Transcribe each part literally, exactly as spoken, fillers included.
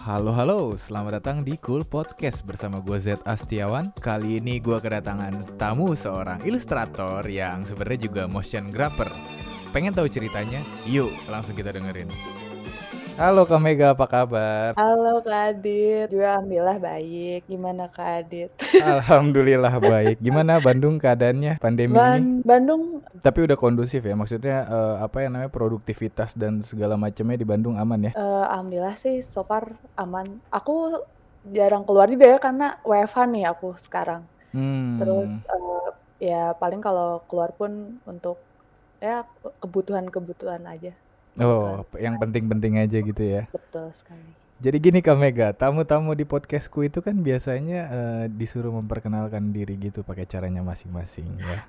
Halo halo, selamat datang di Cool Podcast bersama gue Z Astiawan. Kali ini gue kedatangan tamu seorang ilustrator yang sebenarnya juga motion grapher. Pengen tahu ceritanya? Yuk langsung kita dengerin. Halo Kak Mega, apa kabar? Halo Kak Adit, juga alhamdulillah baik. Gimana Kak Adit? Alhamdulillah baik. Gimana Bandung keadaannya pandemi ini? Ban Bandung, Tapi udah kondusif ya, maksudnya eh, apa yang namanya produktivitas dan segala macamnya di Bandung aman ya? eh, alhamdulillah sih so far aman. Aku jarang keluar juga ya karena W F H nih aku sekarang. Hmm, Terus eh, ya paling kalau keluar pun untuk ya kebutuhan-kebutuhan aja. Kebutuhan oh yang penting-penting aja gitu ya. betul sekali. Jadi gini Kak Mega, tamu-tamu di podcastku itu kan biasanya eh, disuruh memperkenalkan diri gitu pakai caranya masing-masing ya.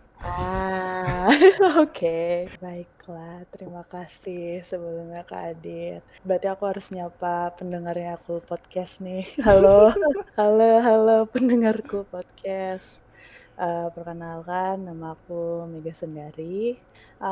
Ah, oke. Baiklah, terima kasih sebelumnya Kak Adit. Berarti aku harus nyapa pendengarnya aku podcast nih. Halo, halo, halo pendengarku podcast. Eh, perkenalkan, nama aku Mega Sendari.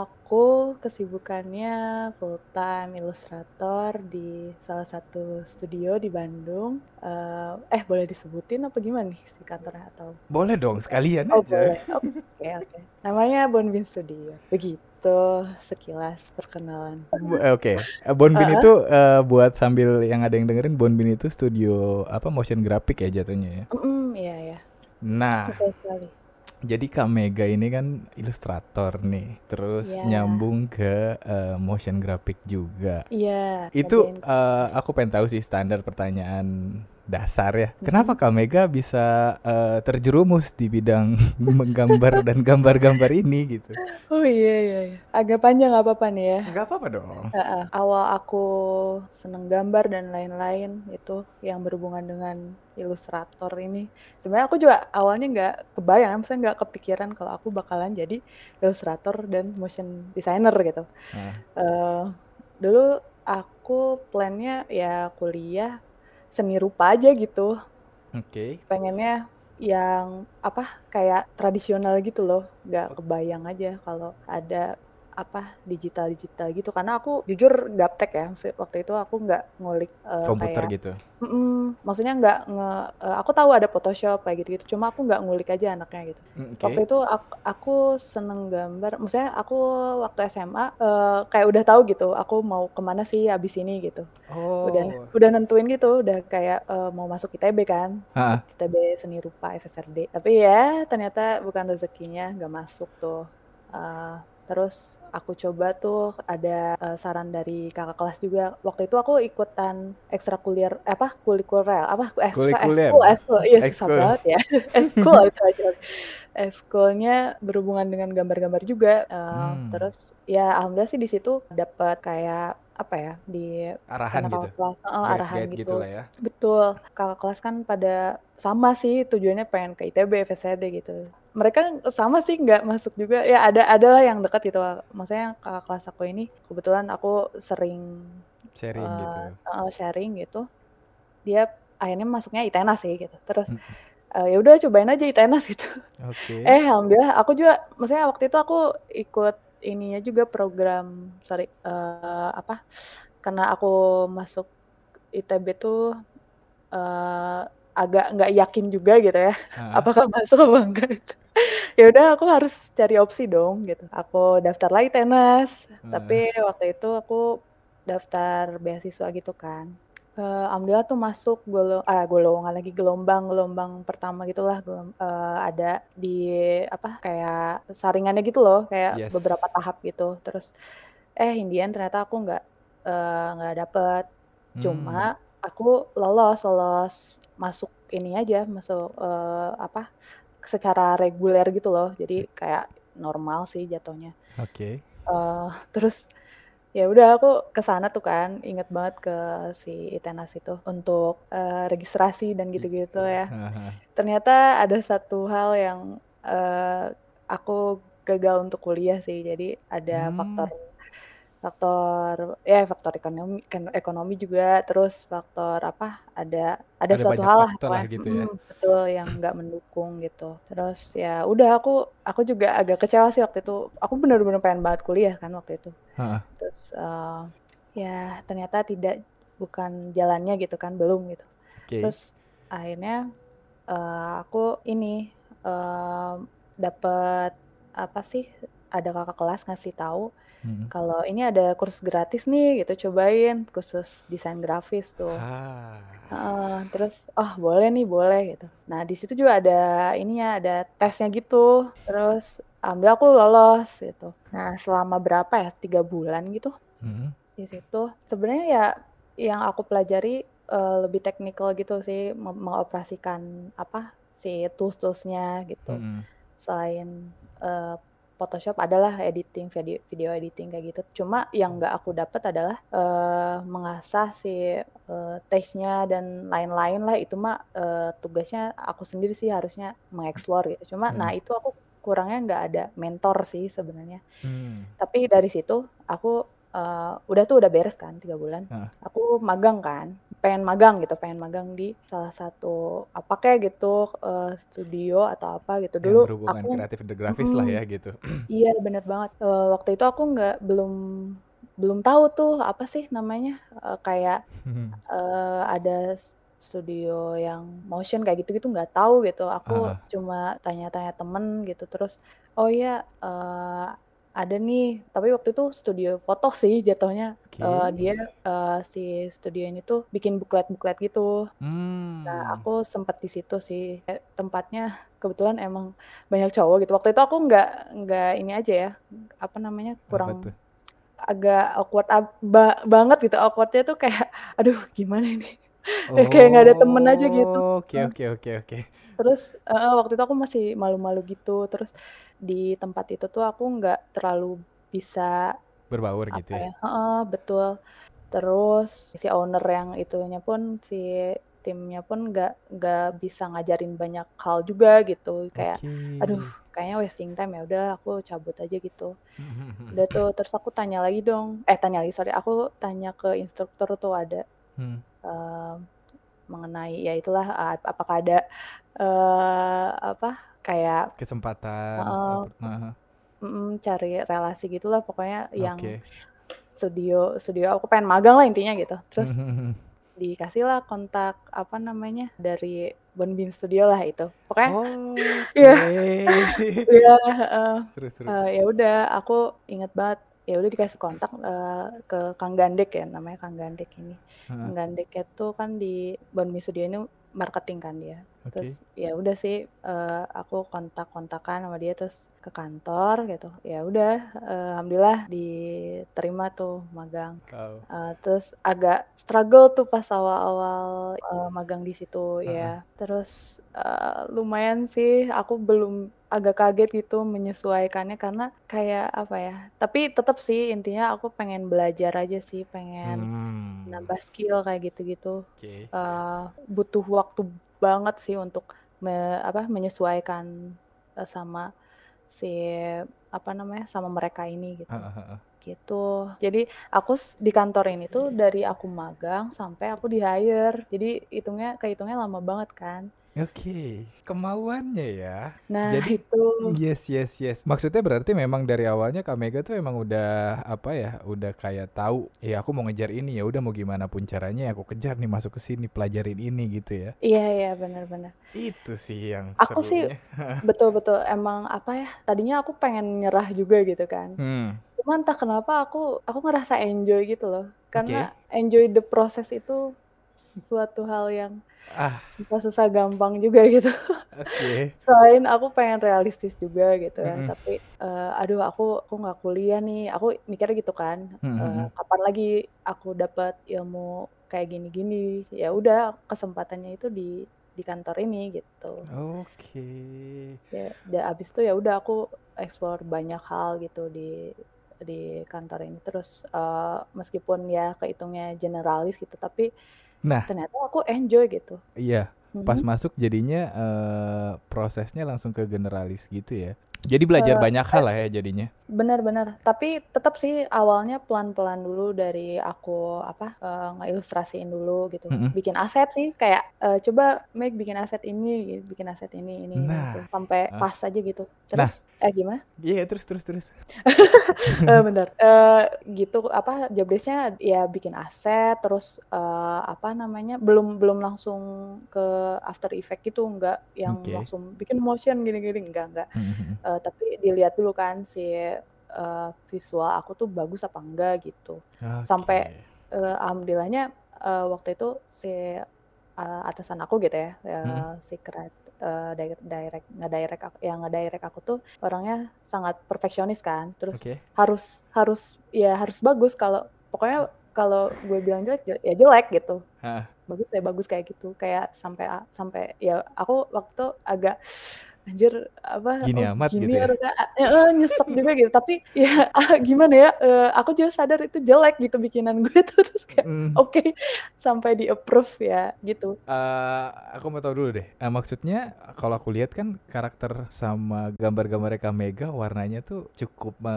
Aku kesibukannya full-time ilustrator di salah satu studio di Bandung. Eh, eh, boleh disebutin apa gimana nih si kantornya atau Boleh dong, tidak? sekalian Oh aja. boleh. Oke, oke. Namanya Bonbin Studio. Begitu sekilas perkenalan. Bu- eh, Oke, Eh, Bonbin Heeh. itu eh, buat sambil yang ada yang dengerin, Bonbin itu studio apa motion graphic ya jatuhnya ya. Mm, iya ya, Nah, betul sekali. jadi Kak Mega ini kan ilustrator nih, terus Iya, nyambung ke eh, motion graphic juga. iya Itu ngerjain eh, kasus. aku pengen tahu sih standar pertanyaan dasar ya. Kenapa Mm-mm. Kak Mega bisa eh, terjerumus di bidang menggambar dan gambar-gambar ini gitu? Oh iya iya iya. Agak panjang nggak apa-apa nih ya. Nggak apa-apa dong. Heeh. Awal aku seneng gambar dan lain-lain itu yang berhubungan dengan ilustrator ini. Sebenarnya aku juga awalnya nggak kebayang, maksudnya nggak kepikiran kalau aku bakalan jadi ilustrator dan motion designer gitu. Ah, Eh, Dulu aku plannya ya kuliah seni rupa aja gitu. Oke. Pengennya yang apa kayak tradisional gitu loh, nggak kebayang aja kalau ada apa digital digital gitu karena aku jujur gaptek ya maksud- waktu itu aku nggak ngulik eh, Komputer kayak gitu. mm, maksudnya nggak nge eh, aku tahu ada Photoshop kayak gitu gitu cuma aku nggak ngulik aja anaknya gitu. Mm, Waktu Oke. itu aku, aku seneng gambar, maksudnya aku waktu S M A eh, kayak udah tahu gitu aku mau kemana sih abis ini gitu. Udah Oh. udah nentuin gitu, udah kayak eh, mau masuk I T B kan, Ah, I T B Seni Rupa F S R D. Tapi ya ternyata bukan rezekinya, nggak masuk tuh. Eh, Terus aku coba tuh ada eh, saran dari kakak kelas juga. Waktu itu aku ikutan ekstrakulier apa kulikuler apa ekstra eskul kulikuler. eskul iya susah Ekskul. banget ya eskul itu aja. Eskulnya berhubungan dengan gambar-gambar juga. Eh, Hmm, terus ya alhamdulillah sih di situ dapat kayak apa ya di arahan karena gitu. kakak kelas eh, arahan Guide-guide gitu gitu. lah ya. Betul, kakak kelas kan pada sama sih tujuannya pengen ke I T B, F S R D gitu. Mereka sama sih nggak masuk juga. Ya ada adalah yang dekat gitu. Maksudnya kakak kelas aku ini kebetulan aku sering Sharing eh, gitu. eh, sharing gitu. Dia akhirnya masuknya I T N A S sih gitu. Terus Mm, eh, ya udah cobain aja I T N A S gitu. Oke. Eh alhamdulillah aku juga maksudnya waktu itu aku ikut ininya juga program sorry eh, apa karena aku masuk I T B tuh eh, agak nggak yakin juga gitu ya Ah, apakah masuk apa enggak gitu. Ya udah aku harus cari opsi dong gitu aku daftar lagi tenas tapi ah. waktu itu aku daftar beasiswa gitu kan. Eh, alhamdulillah tuh masuk golong ah golongan lagi gelombang gelombang pertama gitulah gelom- eh, ada di apa kayak saringannya gitu loh kayak Yes. beberapa tahap gitu terus eh Indian ternyata aku nggak eh, nggak dapet. Hmm, Cuma aku lolos lolos masuk ini aja masuk eh, apa secara reguler gitu loh jadi kayak normal sih jatuhnya. oke. Eh, Terus ya udah aku ke sana tuh kan inget banget ke si Itenas itu untuk eh, registrasi dan I- gitu-gitu ya. ah, ah. Ternyata ada satu hal yang eh, aku gagal untuk kuliah sih. Jadi ada Hmm, faktor faktor ya faktor ekonomi kan- ekonomi juga terus faktor apa ada ada ada suatu banyak hal lah faktor lah pokoknya gitu mm, ya. betul yang nggak mendukung gitu terus ya udah aku aku juga agak kecewa sih waktu itu aku benar-benar pengen banget kuliah kan waktu itu Ah, ah. terus eh, ya ternyata tidak bukan jalannya gitu kan, belum gitu. Oke. Terus akhirnya uh, aku ini uh, dapet apa sih, ada kakak kelas ngasih tahu Mhm. kalau ini ada kursus gratis nih gitu, cobain kursus desain grafis tuh. Ah. Heeh, terus, "Oh boleh nih, boleh," gitu. Nah di situ juga ada ininya, ada tesnya gitu, terus alhamdulillah aku lolos gitu. Nah selama berapa ya, tiga bulan gitu Mhm. di situ. Sebenarnya ya yang aku pelajari, eee, lebih teknikal gitu sih, mem mengoperasikan apa, si tools-tools-nya gitu. Mhm. Selain, eee, Photoshop adalah editing, video video editing kayak gitu. Cuma yang nggak aku dapat adalah, eee, mengasah si, eee, taste-nya dan lain-lain lah, itu mah, eee, tugasnya aku sendiri sih harusnya mengeksplor gitu. Cuma nah Mhm. itu aku kurangnya nggak ada mentor sih sebenarnya. Mmm. Tapi dari situ aku, eee, udah tuh udah beres kan tiga bulan, Heeh. aku magang kan, pengen magang gitu, pengen magang di salah satu apa kek gitu, eee, studio atau apa gitu. Yang Dulu berhubungan aku kreatif dan grafis lah mhm, ya gitu. iya bener banget, eee, waktu itu aku nggak belum belum tahu tuh apa sih namanya, eee, kayak, Mhm. eee, ada s studio yang motion kayak gitu-gitu nggak tahu gitu. Aku Heeh. cuma tanya-tanya temen gitu, terus, "Oh iya, eee, ada nih," tapi waktu itu studio foto sih jatuhnya, eee, Oke. dia, eee, si studio ini tuh bikin buklet-buklet gitu. Nah Mmm. aku sempet di situ sih, eee, tempatnya kebetulan emang banyak cowok gitu. Waktu itu aku nggak nggak ini aja ya, apa namanya, Apa tuh? kurang agak awkward ab ba banget gitu, awkward-nya tuh kayak, "Aduh gimana ini?" Eh, kayak nggak ada temen aja gitu. Oh, oke Heeh. oke oke oke. Terus heeh, waktu itu aku masih malu-malu gitu, terus di tempat itu tuh aku nggak terlalu bisa, Berbaur apa gitu ya? ya heeh, betul. Terus si owner yang itunya pun, si timnya pun nggak nggak bisa ngajarin banyak hal juga gitu, kayak, Oke. aduh kayaknya wasting time, ya udah aku cabut aja gitu. Mhm mhm Udah mhm. tuh, terus aku tanya lagi dong eh tanya lagi, sorry, aku tanya ke instruktur tuh ada, Hmm. eee, mengenai ya itulah, ap apakah ada, eee, apa, kayak Kesempatan heeh, apa heeh. mhm, cari relasi gitulah pokoknya yang Oke. studio studio aku pengen magang lah intinya gitu. Mhm Terus mhm mhm. dikasihlah kontak, apa namanya, dari Bonbin Studio lah itu. Pokoknya Oke. iya iya, heeh. Seru seru. Eee, ya udah aku inget banget, ya udah dikasih kontak, eee, ke Kang Gandek ya, namanya Kang Gandek ini. Kang Heeh. Gandek itu kan di Bonbin Studio ini marketing kan dia. Terus Oke. ya udah sih, eee, aku kontak-kontakan sama dia, terus ke kantor gitu. Ya udah, eee, alhamdulillah diterima tuh magang. Wow. Eee, terus agak struggle tuh pas awal-awal, eee, magang di situ Heeh. ya. Terus, eee, lumayan sih aku belum agak kaget gitu menyesuaikannya karena kayak apa ya, tapi tetep sih intinya aku pengen belajar aja sih, pengen Mmm. nambah skill kayak gitu-gitu. Oke. Eee, butuh waktu banget sih untuk me apa, menyesuaikan, eee, sama si apa namanya, sama mereka ini gitu, Heeh heeh. gitu. Jadi aku s di kantor ini tuh dari aku magang sampai aku di-hire, jadi hitungnya kehitungnya lama banget kan. Oke, kemauannya ya. Nah Jadi itu yes yes yes. Maksudnya berarti memang dari awalnya Kak Mega tuh emang udah apa ya, udah kayak tahu, ya aku mau ngejar ini, ya udah mau gimana pun caranya ya aku kejar nih masuk ke sini, pelajarin ini gitu ya. iya iya, bener bener. Itu sih yang Aku sih serunya. betul betul, emang apa ya, tadinya aku pengen nyerah juga gitu kan. Hmm, Cuma entah kenapa aku aku ngerasa enjoy gitu loh, karena oke. enjoy the process itu suatu hal yang Ah, susah-susah gampang juga gitu. oke. Selain aku pengen realistis juga gitu ya, Mhm. tapi, eee, aduh aku aku nggak kuliah nih, aku mikirnya gitu kan, Mhm eee, mhm. kapan lagi aku dapat ilmu kayak gini-gini, ya udah kesempatannya itu di di kantor ini gitu. Oke. Ya, da abis itu ya udah aku explore banyak hal gitu di di kantor ini, terus, eee, meskipun ya kehitungnya generalis gitu, tapi Nah, ternyata aku enjoy gitu. iya, pas Mhm, masuk jadinya, eee, prosesnya langsung ke generalis gitu ya? Jadi belajar Eee, banyak hal eh lah ya jadinya. bener-bener, tapi tetap sih awalnya pelan-pelan dulu dari aku apa, eee, ngeilustrasiin dulu gitu, Mhm. bikin aset sih kayak, eee, "Coba Meg bikin aset ini," bikin aset ini ini ini Nah, gitu, sampai heeh. pas aja gitu. Nah, Terus eh gimana? iya terus terus terus. Eee, bentar, eee, gitu apa, job desk-nya ya bikin aset terus, eee, apa namanya, belum belum langsung ke After Effects gitu, enggak yang Oke. langsung bikin motion gini-gini, enggak enggak. Mhm mhm. Eee, tapi dilihat dulu kan si, eee, visual aku tuh bagus apa enggak gitu. Sampai, Oke. eee, alhamdulillahnya, eee, waktu itu si, eee, atasan aku gitu ya, Mhm. eee, si kret eee, dir direct ngedirect ak yang ngedirect aku tuh orangnya sangat perfeksionis kan, terus Oke. harus harus ya harus bagus kalau pokoknya kalau gue bilang jelek, ya ya jelek gitu, Heeh. bagus ya bagus kayak gitu. Kayak sampai a sampai ya aku waktu itu agak, "Anjir apa, Gini oh amat gini gitu ya? harusnya" a heeh, nyesek juga gitu, tapi ya, ah, gimana ya, eee, aku juga sadar itu jelek gitu bikinan gue tuh, terus kayak Mhm. oke, sampai di-approve ya gitu. Eee, aku mau tahu dulu deh, eee, maksudnya kalau aku lihat kan karakter sama gambar-gambarnya Kak Mega warnanya tuh cukup me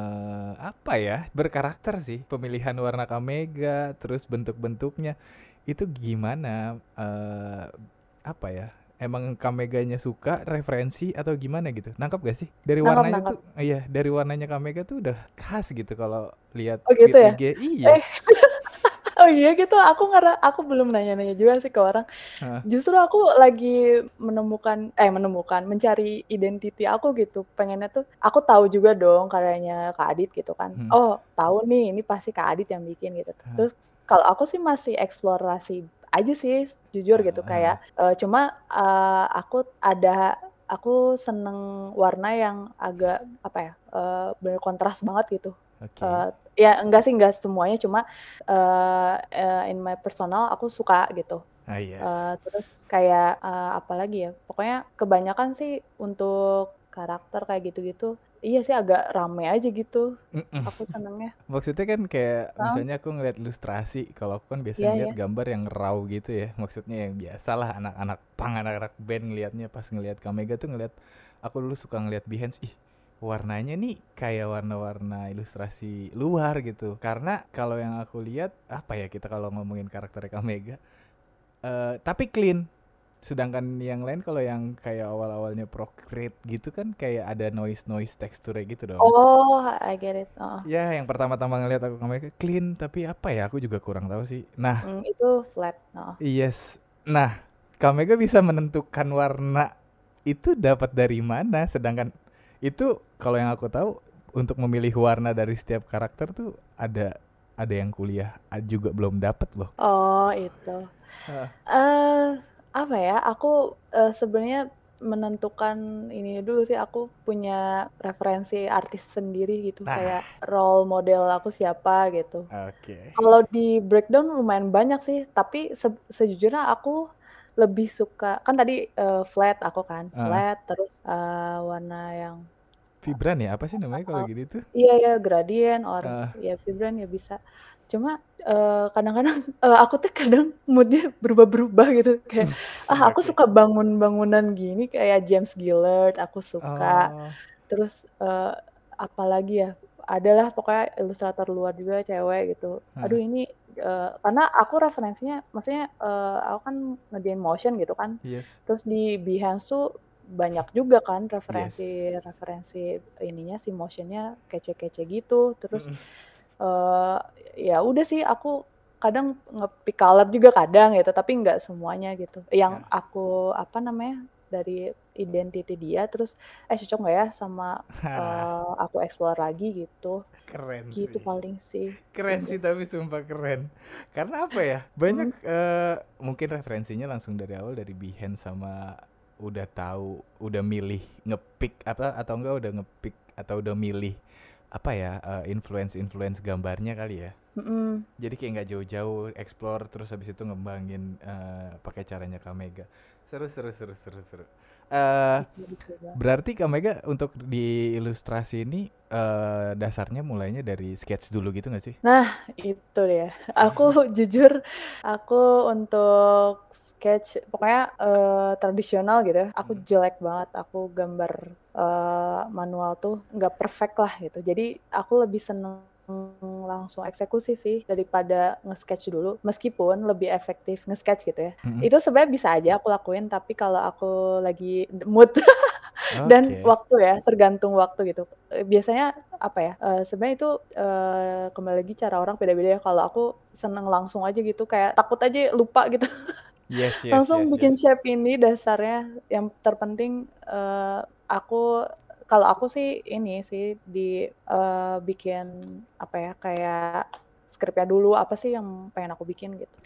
apa ya, berkarakter sih. Pemilihan warna Kak Mega, terus bentuk-bentuknya, itu gimana? Eee, apa ya, emang Kak Meganya suka, referensi, atau gimana gitu? Nangkep gak sih? Dari Nangkep warnanya nangkep. tuh iya, dari warnanya Kak Mega tuh udah khas gitu kalau lihat Oh gitu feed ya? I G iya. Eh, oh iya gitu? Aku ngera aku belum nanya-nanya juga sih ke orang. Heeh. Justru aku lagi menemukan eh menemukan, mencari identity aku gitu, pengennya tuh aku tahu juga dong karyanya Kak Adit gitu kan. Mhm. Oh tahu nih, ini pasti Kak Adit yang bikin gitu. Heeh. Terus kalau aku sih masih eksplorasi aja sih, jujur gitu Heeh heeh. kayak, eee, cuma, eee, aku ada aku seneng warna yang agak apa ya, eee, berkontras banget gitu. Oke. Eee, ya enggak sih, enggak semuanya, cuma, eee eee, in my personal aku suka gitu. Ah, Eee, yes. terus kayak, eee, apalagi ya, pokoknya kebanyakan sih untuk karakter kayak gitu-gitu, iya sih agak rame aja gitu, Mhm. aku senengnya. Maksudnya kan kayak Heeh. misalnya aku ngeliat ilustrasi, kalau aku kan biasa Iya ngeliat iya. gambar yang raw gitu ya, maksudnya yang biasalah anak-anak punk, anak-anak band ngelihatnya, pas ngelihat Kak Mega tuh ngelihat aku dulu suka ngelihat Behance, ih warnanya nih kayak warna-warna ilustrasi luar gitu. Karena kalau yang aku lihat, apa ya, kita kalau ngomongin karakter Kak Mega, eee, tapi clean. Sedangkan yang lain kalau yang kayak awal-awalnya Procreate gitu kan kayak ada noise-noise teksturnya gitu dong. Oh, I get it, heeh. Ya yang pertama-tama ngelihat aku Kak Mega clean, tapi apa ya, aku juga kurang tahu sih. Nah Mmm, itu flat, heeh. yes, nah Kak Mega bisa menentukan warna itu dapat dari mana? Sedangkan itu kalau yang aku tahu untuk memilih warna dari setiap karakter tuh ada ada yang kuliah a juga belum dapat loh. Oh itu. Heeh. Eee, apa ya, aku, eee, sebenarnya menentukan ini dulu sih, aku punya referensi artis sendiri gitu, Nah. kayak role model aku siapa gitu. Oke. Kalau di-breakdown lumayan banyak sih, tapi seb sejujurnya aku lebih suka kan tadi, eee, flat aku kan, Heeh. flat terus, eee, warna yang, eee, Vibran ya? Apa sih namanya kalau heeh, gitu tuh? iya iya gradient or Heeh. ya vibran ya bisa. Cuma, eee, kadang-kadang, eee, aku tuh kadang mood-nya berubah-berubah gitu, kayak, ah aku Oke. suka bangun-bangunan gini kayak James Gillard aku suka, Oh. terus, eee, apalagi ya, adalah pokoknya ilustrator luar juga cewek gitu. Heeh. Aduh ini, eee, karena aku referensinya maksudnya, eee, aku kan ngerjain motion gitu kan, Yes. terus di Behance tuh banyak juga kan Yes. referensi-referensi ininya si motion-nya kece-kece gitu. Terus, Mhm. eee, ya udah sih aku kadang nge-pick color juga kadang gitu, tapi nggak semuanya gitu. Yang Ya. aku apa namanya, dari identity dia terus, eh cocok nggak ya sama, eee, aku explore lagi gitu. Keren Gitu sih. paling sih, Keren gitu. sih tapi sumpah keren. Karena apa ya, banyak, Mhm. eee, mungkin referensinya langsung dari awal dari Behance sama udah tahu, udah milih nge-pick apa, atau enggak udah nge-pick atau udah milih apa ya, eee, influence-influence gambarnya kali ya. Mhm. Jadi kayak nggak jauh-jauh explore terus habis itu ngembangin eh, pakai caranya Kamega. Seru seru seru seru seru. Eh Bisa dicoba. berarti Kamega untuk di ilustrasi ini eh, dasarnya mulainya dari sketch dulu gitu nggak sih? Nah, itu dia. Aku jujur, aku untuk sketch pokoknya eh, tradisional gitu ya. Aku Hmm. jelek banget. Aku gambar eh, manual tuh nggak perfect lah gitu. Jadi aku lebih seneng langsung eksekusi sih daripada nge-sketch dulu. Meskipun lebih efektif nge-sketch gitu ya. Mm-mm. Itu sebenarnya bisa aja aku lakuin, tapi kalau aku lagi mood dan Oke. waktu ya, tergantung waktu gitu. Eh, Biasanya apa ya? eh, sebenarnya itu eh, kembali lagi cara orang beda-beda ya. Kalau aku seneng langsung aja gitu, kayak takut aja lupa gitu. Yes yes Langsung yes bikin yes. shape ini dasarnya. Yang terpenting eh, aku kalau aku sih ini sih di eh, bikin apa ya? Kayak skripnya dulu apa sih yang pengen aku bikin gitu.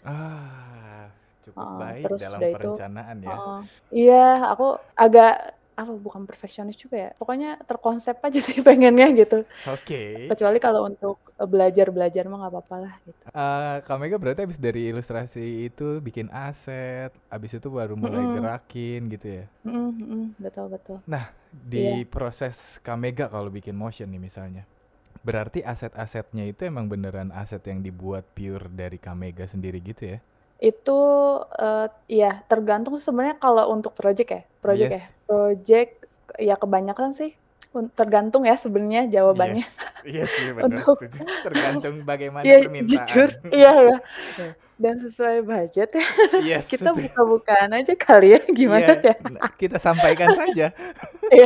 Ah, cukup Heeh, baik terus dalam udah itu perencanaan ya. heeh, iya aku agak apa bukan perfeksionis juga ya, pokoknya terkonsep aja sih pengennya gitu. Oke. Kecuali kalau untuk, eee, belajar-belajar mah nggak apa-apa lah gitu. Eh, Kak Mega berarti habis dari ilustrasi itu bikin aset, habis itu baru mulai Mhm, gerakin gitu ya. mhm mhm, betul betul. Nah, Iya, di proses Kak Mega kalau bikin motion nih misalnya, berarti aset-asetnya itu emang beneran aset yang dibuat pure dari Kak Mega sendiri gitu ya? itu, eee, iya tergantung sebenarnya kalau untuk project ya project ya, Yes, project ya kebanyakan sih un tergantung ya sebenarnya jawabannya yes, yes sih bener untuk setuju. Tergantung bagaimana iya jujur, permintaan. iya ya. Dan sesuai budget ya, Yes, kita setuju. buka-bukaan aja kali ya, gimana Iya, ya? nah, kita sampaikan saja. Iya,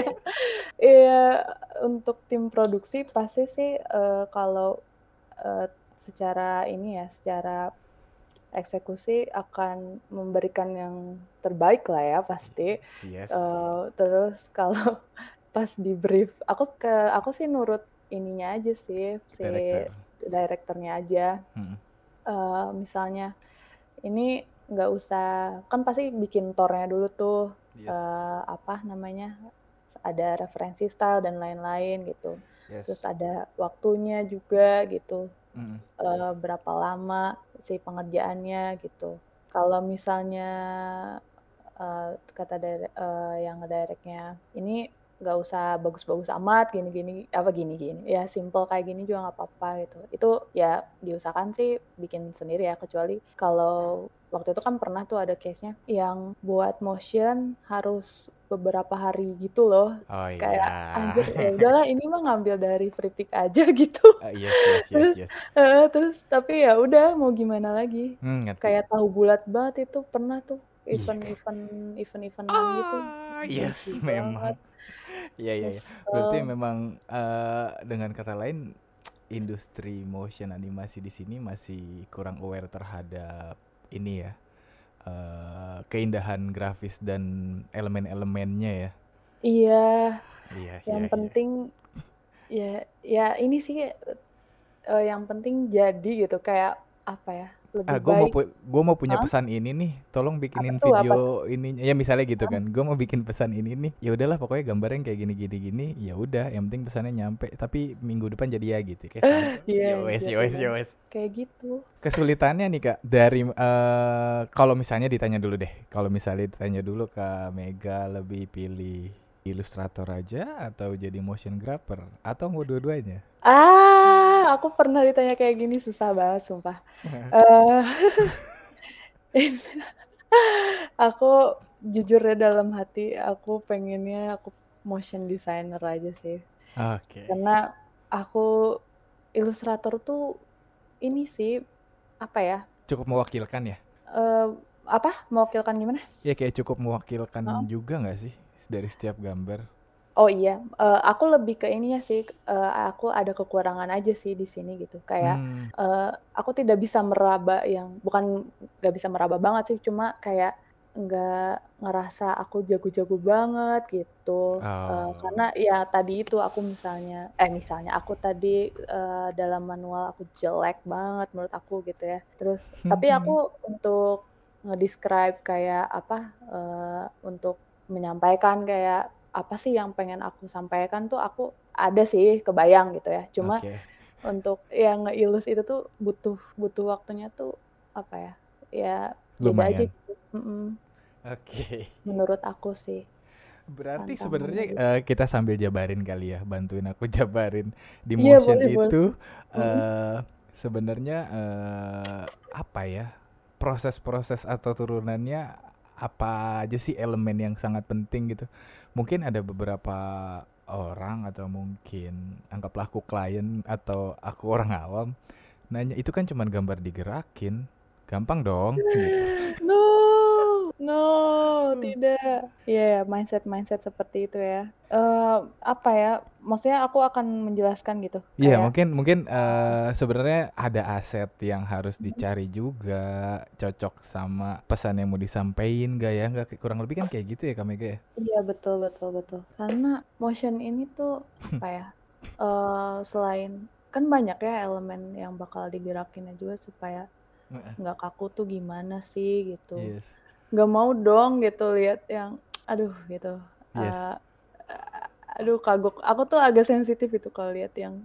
iya, untuk tim produksi pasti sih eh, kalau eh, secara ini ya, secara eksekusi akan memberikan yang terbaik lah ya pasti. Yes, Eh, terus kalau pas di brief, aku ke aku sih nurut ininya aja sih, si director. direkturnya aja. Hmm. Eh, misalnya ini nggak usah kan pasti bikin tornya dulu tuh Yes, eh, apa namanya ada referensi style dan lain-lain gitu. yes. Terus ada waktunya juga gitu. Mm. Eh, berapa lama si pengerjaannya gitu. Kalau misalnya eh, kata dire- eh, yang ngedirectnya ini nggak usah bagus-bagus amat gini-gini apa gini-gini ya simple kayak gini juga nggak apa-apa gitu itu ya diusahakan sih bikin sendiri ya kecuali kalau waktu itu kan pernah tuh ada case-nya yang buat motion harus beberapa hari gitu loh Oh kayak iya. anjir ya udahlah ini mah ngambil dari free pick aja gitu Ah, yes, yes, yes, terus yes. eh, terus tapi ya udah mau gimana lagi Hmm, ngerti. kayak tahu bulat banget itu pernah tuh Iya. event-event event-eventan gitu Ah, benci yes, banget memang. Iya, iya, iya. Berarti nyesel memang eh, dengan kata lain industri motion animasi di sini masih kurang aware terhadap ini ya. eh, keindahan grafis dan elemen-elemennya ya. iya Iya, yang iya, iya. penting ya ya ini sih eh, yang penting jadi gitu kayak apa ya Ah, lebih gue mau baik pu- gua mau punya Hah? pesan ini nih, tolong Apa bikinin tuh apa tuh video ini ya misalnya gitu Hah? kan. Gue mau bikin pesan ini nih. Ya udahlah pokoknya gambarnya kayak gini gini gini. Ya udah, yang penting pesannya nyampe. Tapi minggu depan jadi ya gitu. Kayak santai. Iya Yowes, anjir yowes, iya yowes. kayak gitu Kesulitannya nih Kak dari eh kalau misalnya ditanya dulu deh. Kalau misalnya ditanya dulu Kak Mega lebih pilih ilustrator aja atau jadi motion grapher atau mau dua-duanya? ah aku pernah ditanya kayak gini susah banget sumpah eh aku jujur ya dalam hati aku pengennya aku motion designer aja sih Oke. karena aku ilustrator tuh ini sih apa ya Cukup mewakilkan ya? eh, apa mewakilkan gimana? Ya kayak cukup mewakilkan Heeh. juga nggak sih dari setiap gambar? Oh iya, eh, aku lebih ke ininya sih, eh, aku ada kekurangan aja sih di sini gitu. Kayak Hmm. eh, aku tidak bisa meraba yang, bukan nggak bisa meraba banget sih, cuma kayak nggak ngerasa aku jago-jago banget gitu. Eh, Oh. karena ya tadi itu aku misalnya, eh misalnya aku tadi eh, dalam manual aku jelek banget menurut aku gitu ya. Terus, tapi aku untuk ngedescribe kayak apa, eh, untuk menyampaikan kayak apa sih yang pengen aku sampaikan tuh aku ada sih kebayang gitu ya. Cuma Oke. untuk yang ngeilus itu tuh butuh butuh waktunya tuh apa ya? Ya beda aja Lumayan. gitu. Mm-mm. Oke. Menurut aku sih Berarti tantangannya sebenarnya gitu. eh, kita sambil jabarin kali ya, bantuin aku jabarin di Iya motion boleh boleh. itu Mm-mm. eh sebenarnya eh apa ya? Proses-proses atau turunannya apa aja sih elemen yang sangat penting gitu. Mungkin ada beberapa orang atau mungkin anggaplah aku klien atau aku orang awam nanya itu kan cuman gambar digerakin. Gampang dong gitu. No, no, tidak. Iya, yeah, mindset-mindset seperti itu ya. Eh apa ya? Maksudnya aku akan menjelaskan gitu, Iya, kayak mungkin mungkin uh, eh sebenarnya ada aset yang harus mm, dicari juga, cocok sama pesan yang mau disampaikan gak ya? Nggak kurang lebih kan kayak gitu ya Kak Mega ya? iya betul betul betul. Karena motion ini tuh apa ya? Eh selain kan banyak ya elemen yang bakal digerakinnya juga supaya Heeh. nggak kaku tuh gimana sih gitu. Yes. Nggak mau dong gitu lihat yang aduh gitu. Yes. Eh, aduh kagok. Aku tuh agak sensitif itu kalau lihat yang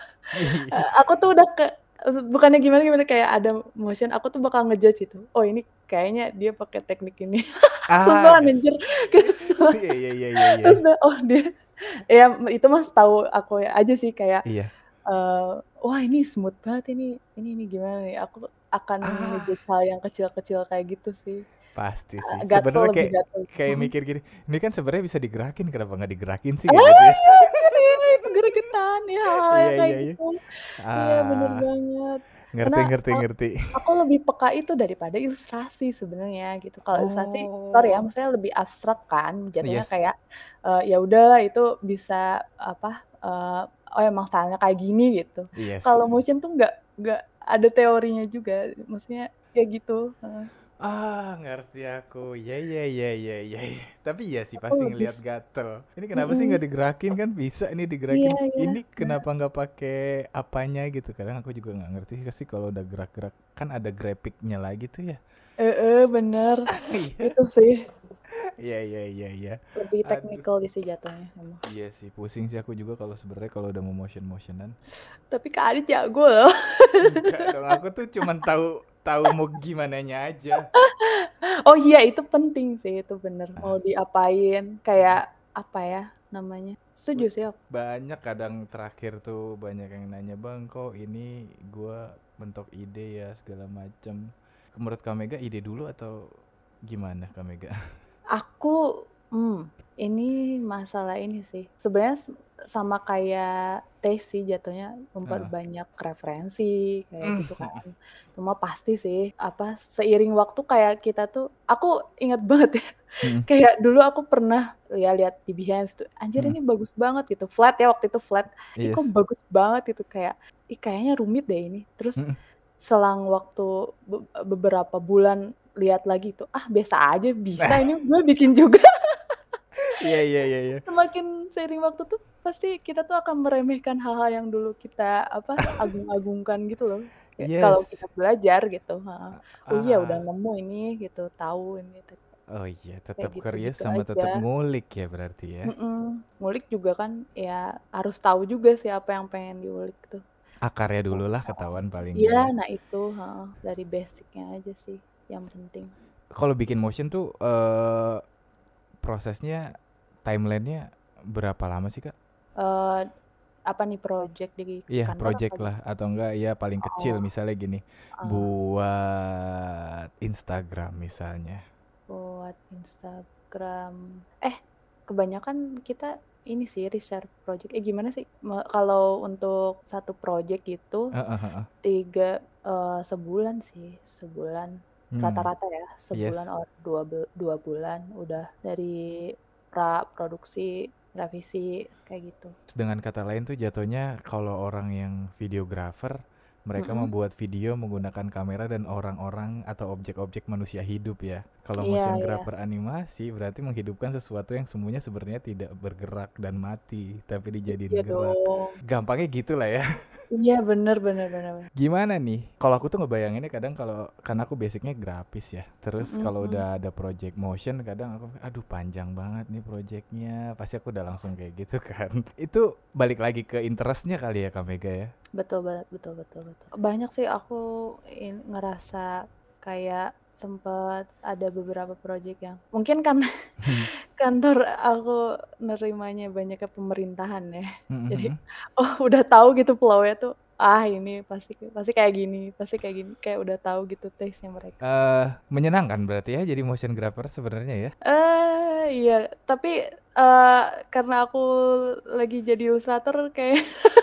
Eh, aku tuh udah ke bukannya gimana gimana kayak ada motion aku tuh bakal ngejudge itu. Oh ini kayaknya dia pakai teknik ini. Ah, Susuan nggak. anjir. Gitu. Iya iya iya iya iya. Terus udah, oh dia ya itu mah tahu aku ya aja sih kayak Iya. eh wah ini smooth banget ini ini ini gimana nih aku akan Ah, ngejudge hal yang kecil-kecil kayak gitu sih. pasti Eh, sih. gatel Sebenarnya lebih kayak gatel. kayak Mm-mm. mikir gini, ini kan sebenarnya bisa digerakin, kenapa nggak digerakin sih Ah, kayak gitu ya? iya, anjir, iya, itu gregetan ya hal-hal Iya yang kayak iya iya. gitu. Iya bener Ah, banget. Karena ngerti ngerti uh, ngerti. aku lebih peka itu daripada ilustrasi sebenarnya gitu. Kalau ilustrasi, sorry ya, Oh, maksudnya lebih abstrak kan, jatuhnya yes. kayak uh, ya udahlah itu bisa apa? Uh, oh emang stylenya kayak gini gitu. Yes. Kalau motion tuh nggak nggak ada teorinya juga, maksudnya kayak gitu. Uh, Ah, ngerti aku. Ya, ya, ya, ya, ya, ya. Tapi iya sih aku pasti lebih, ngelihat gatel. Ini kenapa sih mm nggak digerakin kan bisa ini iya digerakin. iya. Ini kenapa nggak pakai apanya gitu. Kadang aku juga nggak ngerti sih kalau udah gerak-gerak kan ada grafiknya lagi tuh ya. Eh eh, bener. Iya. Itu sih Iya, iya, iya, iya. lebih Aduh. teknikal di sih jatuhnya emang. Iya sih, pusing sih aku juga kalau sebenarnya kalau udah mau motion-motionan. Tapi Kak Adit jago loh. Enggak dong, aku tuh cuman tahu tahu mau gimana aja. Oh iya itu penting sih, itu bener. Mau Nah, diapain, kayak apa ya namanya. Setuju Ba- sih aku. banyak kadang terakhir tuh banyak yang nanya bang kok ini gua mentok ide ya segala macem. Menurut Kamega ide dulu atau gimana Kamega? Aku, hmm, ini masalah ini sih. Sebenarnya s- sama kayak taste sih jatuhnya Heeh. memperbanyak referensi kayak gitu kan. Cuma pasti sih apa seiring waktu kayak kita tuh aku ingat banget ya. Mm, Kayak dulu aku pernah ya lihat di Behance tuh, anjir mm, ini bagus banget gitu. Flat ya waktu itu flat. Ih yes. kok bagus banget itu kayak ih kayaknya rumit deh ini. Terus Mm. selang waktu be- beberapa bulan lihat lagi tuh ah biasa aja bisa ini gue bikin juga. Iya iya iya iya. Semakin seiring waktu tuh pasti kita tuh akan meremehkan hal-hal yang dulu kita apa agung-agungkan gitu loh. Ya, Yes. kalau kita belajar gitu, heeh. Oh iya udah Ah. nemu ini gitu, tahu ini Oh iya, kayak tetap curious gitu-gitu sama aja. tetap ngulik ya berarti ya. Mm-mm. Ngulik juga kan ya harus tahu juga sih apa yang pengen diulik tuh. Akarnya Oh, dulu lah ketahuan paling iya, nggak ya. nah itu heeh, dari basicnya aja sih yang penting. Kalau bikin motion tuh eh prosesnya timelinenya berapa lama sih Kak? Eh apa nih project di Iya, kantor project apa? lah atau enggak ya paling kecil Oh, misalnya gini. eh, Buat Instagram misalnya. buat Instagram. Eh, kebanyakan kita ini sih research project. Eh gimana sih? Me- Kalau untuk satu project gitu Heeh, heeh. tiga eh, sebulan sih, sebulan Hmm, rata-rata ya, yes. sebulan or dua bul- dua bulan udah dari pra produksi, revisi kayak gitu. Dengan kata lain tuh jatuhnya kalau orang yang videographer, mereka Mm-mm. membuat video menggunakan kamera dan orang-orang atau objek-objek manusia hidup ya. Kalau Iya, motion iya. grapher animasi berarti menghidupkan sesuatu yang semuanya sebenarnya tidak bergerak dan mati, tapi dijadiin Iya gerak. dong. Gampangnya gitu lah ya. Iya bener bener bener bener. Gimana nih? Kalau aku tuh ngebayanginnya kadang kalau karena aku basicnya grafis ya. Terus Mhm kalau mhm. udah ada project motion kadang aku aduh panjang banget nih projectnya. Pasti aku udah langsung kayak gitu kan. Itu balik lagi ke interestnya kali ya Kak Mega ya. Betul banget, betul betul betul. Banyak sih aku in ngerasa kayak sempet ada beberapa project yang mungkin karena kantor aku nerimanya banyaknya pemerintahan ya. Mhm Jadi, mhm. oh udah tahu gitu flow-nya tuh, ah ini pasti pasti kayak gini pasti kayak gini, kayak udah tahu gitu taste-nya mereka. Eh, menyenangkan berarti ya jadi motion grapher sebenarnya ya. Eh, iya, tapi, eee, karena aku lagi jadi ilustrator kayak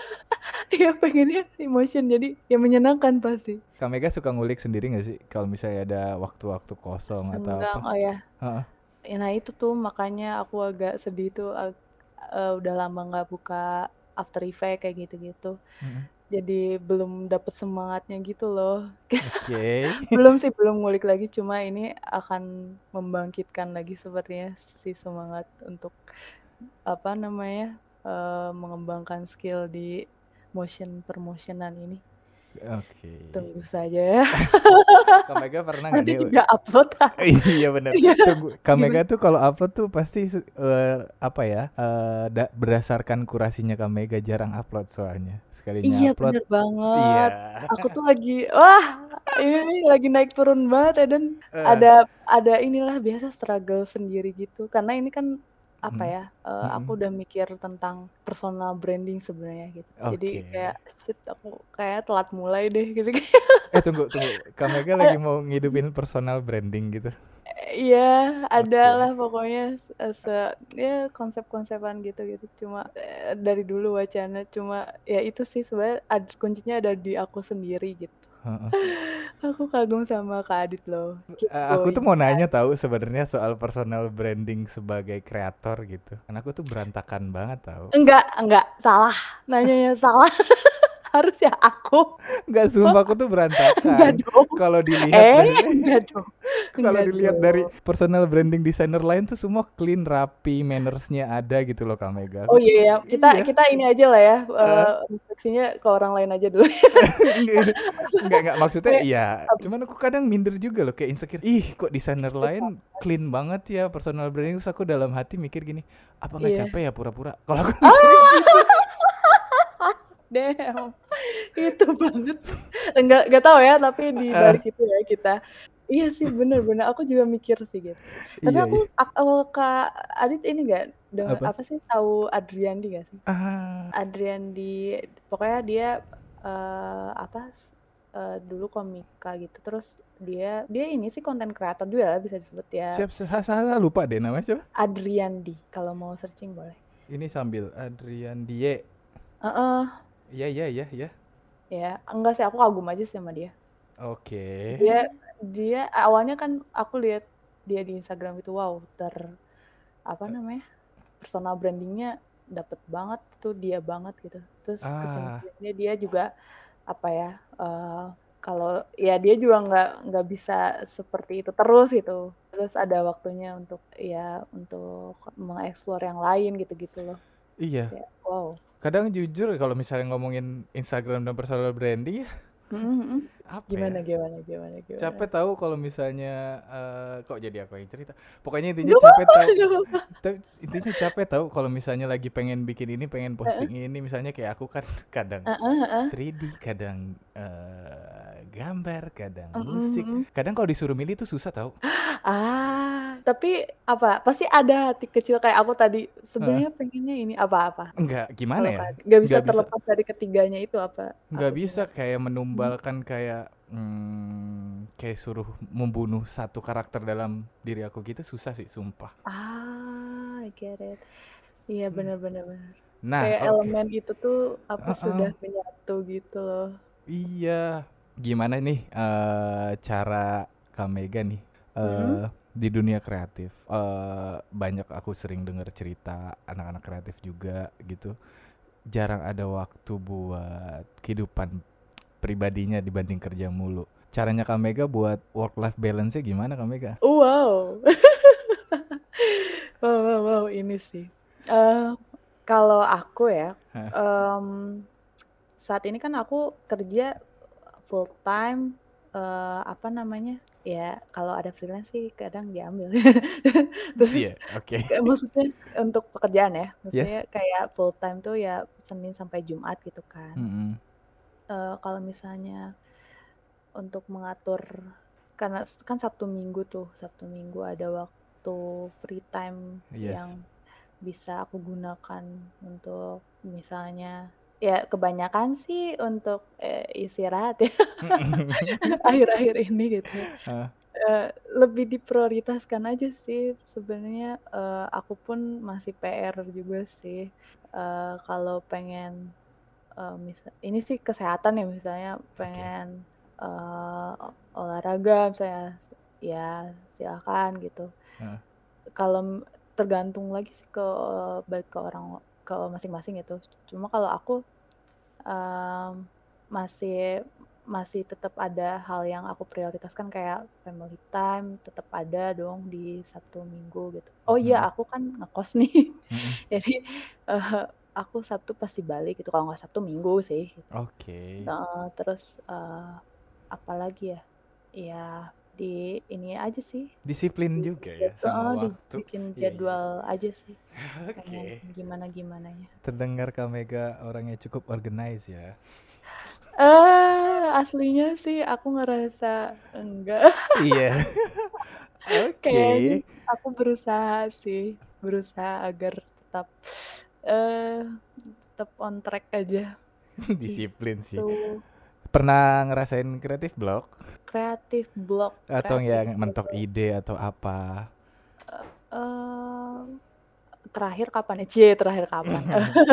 ya pengennya emotion, jadi ya menyenangkan pasti. Kak Mega suka ngulik sendiri nggak sih kalau misalnya ada waktu-waktu kosong atau Senggang, apa? oh ya. Heeh. Ya, nah itu tuh makanya aku agak sedih tuh, ag eee, udah lama nggak buka After Effects kayak gitu-gitu. Mhm. Jadi belum dapet semangatnya gitu loh. Oke. Belum sih, belum ngulik lagi, cuma ini akan membangkitkan lagi sepertinya si semangat untuk, apa namanya, eee, mengembangkan skill di motion per-motion-an ini. Oke. Tunggu saja ya, Kak Mega pernah nggak nanti nih? juga upload. Iya bener. Iya, Tunggu, Kak gimana? Mega tuh kalau upload tuh pasti se- eh, apa ya? eh, da- berdasarkan kurasinya Kak Mega jarang upload soalnya. Sekalinya Iya upload, bener banget. iya. Aku tuh lagi, wah ini nih lagi naik turun banget ya, dan Eh, ada ada inilah biasa struggle sendiri gitu. Karena ini kan apa mm, ya, eee, aku mm, udah mikir tentang personal branding sebenarnya gitu. Jadi kayak, Oke. shit aku kayak telat mulai deh gitu. Eh tunggu tunggu. Kak Mega lagi mau ngidupin personal branding gitu. Iya, ada Oke. lah pokoknya se se ya konsep-konsepan gitu-gitu. Cuma, eee, dari dulu wacana, cuma ya itu sih sebenarnya ad kuncinya ada di aku sendiri gitu. Heeh. Aku kagum sama Kak Adit loh, keep Eh, aku tuh going mau nanya Kak. tahu sebenarnya soal personal branding sebagai kreator gitu. Karena aku tuh berantakan banget tahu. Enggak enggak, salah, nanyanya salah, harusnya aku. Nggak, sumpah aku tuh Enggak berantakan. dong, Kalau dilihat eh, dari enggak dong kalau enggak dilihat dari dong. personal branding designer lain tuh semua clean, rapi, mannersnya ada gitu loh Kak Mega. Oh Aku iya tuh ya, kita iya. kita ini aja lah ya, eee, eh, refleksinya ke orang lain aja dulu. enggak, enggak, enggak, maksudnya Kayak, iya. apa Cuman aku kadang minder juga loh kayak insecure. Ih, kok desainer lain clean banget ya personal branding. Terus aku dalam hati mikir gini, apa nggak iya. capek ya pura-pura? Kalau aku mikirnya gitu. Ah, damn. Itu banget. Enggak enggak tahu ya, tapi di Eh, balik itu ya kita, iya sih bener bener, aku juga mikir sih gitu. Tapi iya, aku iya. ak eee, Kak Adit ini nggak, denger Apa? apa sih, tahu Adriandi nggak sih? Ah, Adriandi, pokoknya dia, eee, apa, s eee, dulu komika gitu, terus dia dia ini sih konten kreator juga lah bisa disebut ya, siap, saya, saya lupa deh namanya siapa? Adriandi, kalau mau searching boleh. Ini sambil Adrian Die. Heeh, Iya, iya, iya, iya. ya, enggak sih, aku kagum aja sih sama dia. Oke. Dia dia awalnya kan aku lihat dia di Instagram itu, wow, ter apa namanya, personal branding-nya dapet banget tuh, dia banget gitu. Terus Ah, kesini-sininya dia juga apa ya, eee, kalau ya dia juga nggak nggak bisa seperti itu terus gitu. Terus ada waktunya untuk ya untuk mengeksplor yang lain gitu-gitu loh. iya. Kayak wow. Kadang jujur kalau misalnya ngomongin Instagram dan personal branding ya, Mhm mhm. apa ya? Gimana gimana gimana gimana? Capek tahu kalau misalnya eh, kok jadi aku yang cerita. Pokoknya intinya Nggak capek apa-apa tahu. nggak apa-apa. Tapi intinya capek tahu kalau misalnya lagi pengen bikin ini, pengen Heeh, posting ini, misalnya kayak aku kan kadang heeh heeh. tiga D, kadang eh, gambar, kadang Mhm musik. mhm. Kadang kalau disuruh milih tuh susah tahu. Ah, tapi apa, pasti ada hati kecil kayak aku tadi, Heeh. sebenarnya pengennya ini, apa-apa? Enggak, gimana Kalau ya? Kak, nggak bisa Nggak bisa. terlepas dari ketiganya itu, apa Nggak apa bisa gimana? kayak Mhm. menumbalkan kayak hmm, kayak suruh membunuh satu karakter dalam diri aku gitu susah sih sumpah. Ah, I get it. Iya Hmm. bener bener bener. Nah, Kayak oke. elemen itu tuh, apa, Heeh, sudah menyatu gitu loh. iya. Gimana nih eh, cara Kak Mega nih Mhm. eh di dunia kreatif? Eh banyak aku sering dengar cerita anak-anak kreatif juga gitu. Jarang ada waktu buat kehidupan pribadinya dibanding kerja mulu. Caranya Kak Mega buat work life balance-nya gimana Kak Mega? Wow. Wow wow wow, ini sih, eee, kalau aku ya, Hah, mmm saat ini kan aku kerja full time, eee, apa namanya, ya kalau ada freelance sih kadang diambil. Gitu Terus ya? Oke. kayak maksudnya untuk pekerjaan ya, Yes. maksudnya kayak full time tuh ya Senin sampai Jumat gitu kan. Mhm. Eee, kalau misalnya untuk mengatur karena s kan Sabtu Minggu tuh, Sabtu Minggu ada waktu free time Yes. yang bisa aku gunakan untuk misalnya ya kebanyakan sih untuk, eee, istirahat ya akhir-akhir ini gitu ya. Heeh. Eee, lebih diprioritaskan aja sih sebenarnya, eee, aku pun masih P R juga sih, eee, kalau pengen, eee, misa ini sih kesehatan ya misalnya Oke. pengen, eee, o olahraga misalnya, ya silakan gitu. Heeh. Kalau m tergantung lagi sih ke balik ke orang ke masing-masing gitu. Cuma kalau aku, mmm, masih masih tetap ada hal yang aku prioritaskan kayak family time tetap ada dong di Sabtu Minggu gitu. Oh iya Mhm. aku kan ngekos nih, Mhm. jadi, eee, aku Sabtu pasti balik gitu, kalau nggak Sabtu Minggu sih gitu. Oke. Heeh, terus, eee, apalagi ya, ya di ini aja sih, Disiplin di juga ya jadwa sama heeh, waktu. dibikin Iya iya iya. jadwal aja sih, pengen Oke. gimana-gimananya. Terdengar Kak Mega orangnya cukup organize ya. Eee, aslinya sih aku ngerasa enggak. Iya. Kayaknya Oke. aku berusaha sih, berusaha agar tetap, eee, tetap on track aja, Disiplin sih. gitu. Pernah ngerasain creative block? Creative block Atau creative yang mentok block. ide atau apa? Eee, mmm, terakhir kapan ya? Cie, terakhir kapan?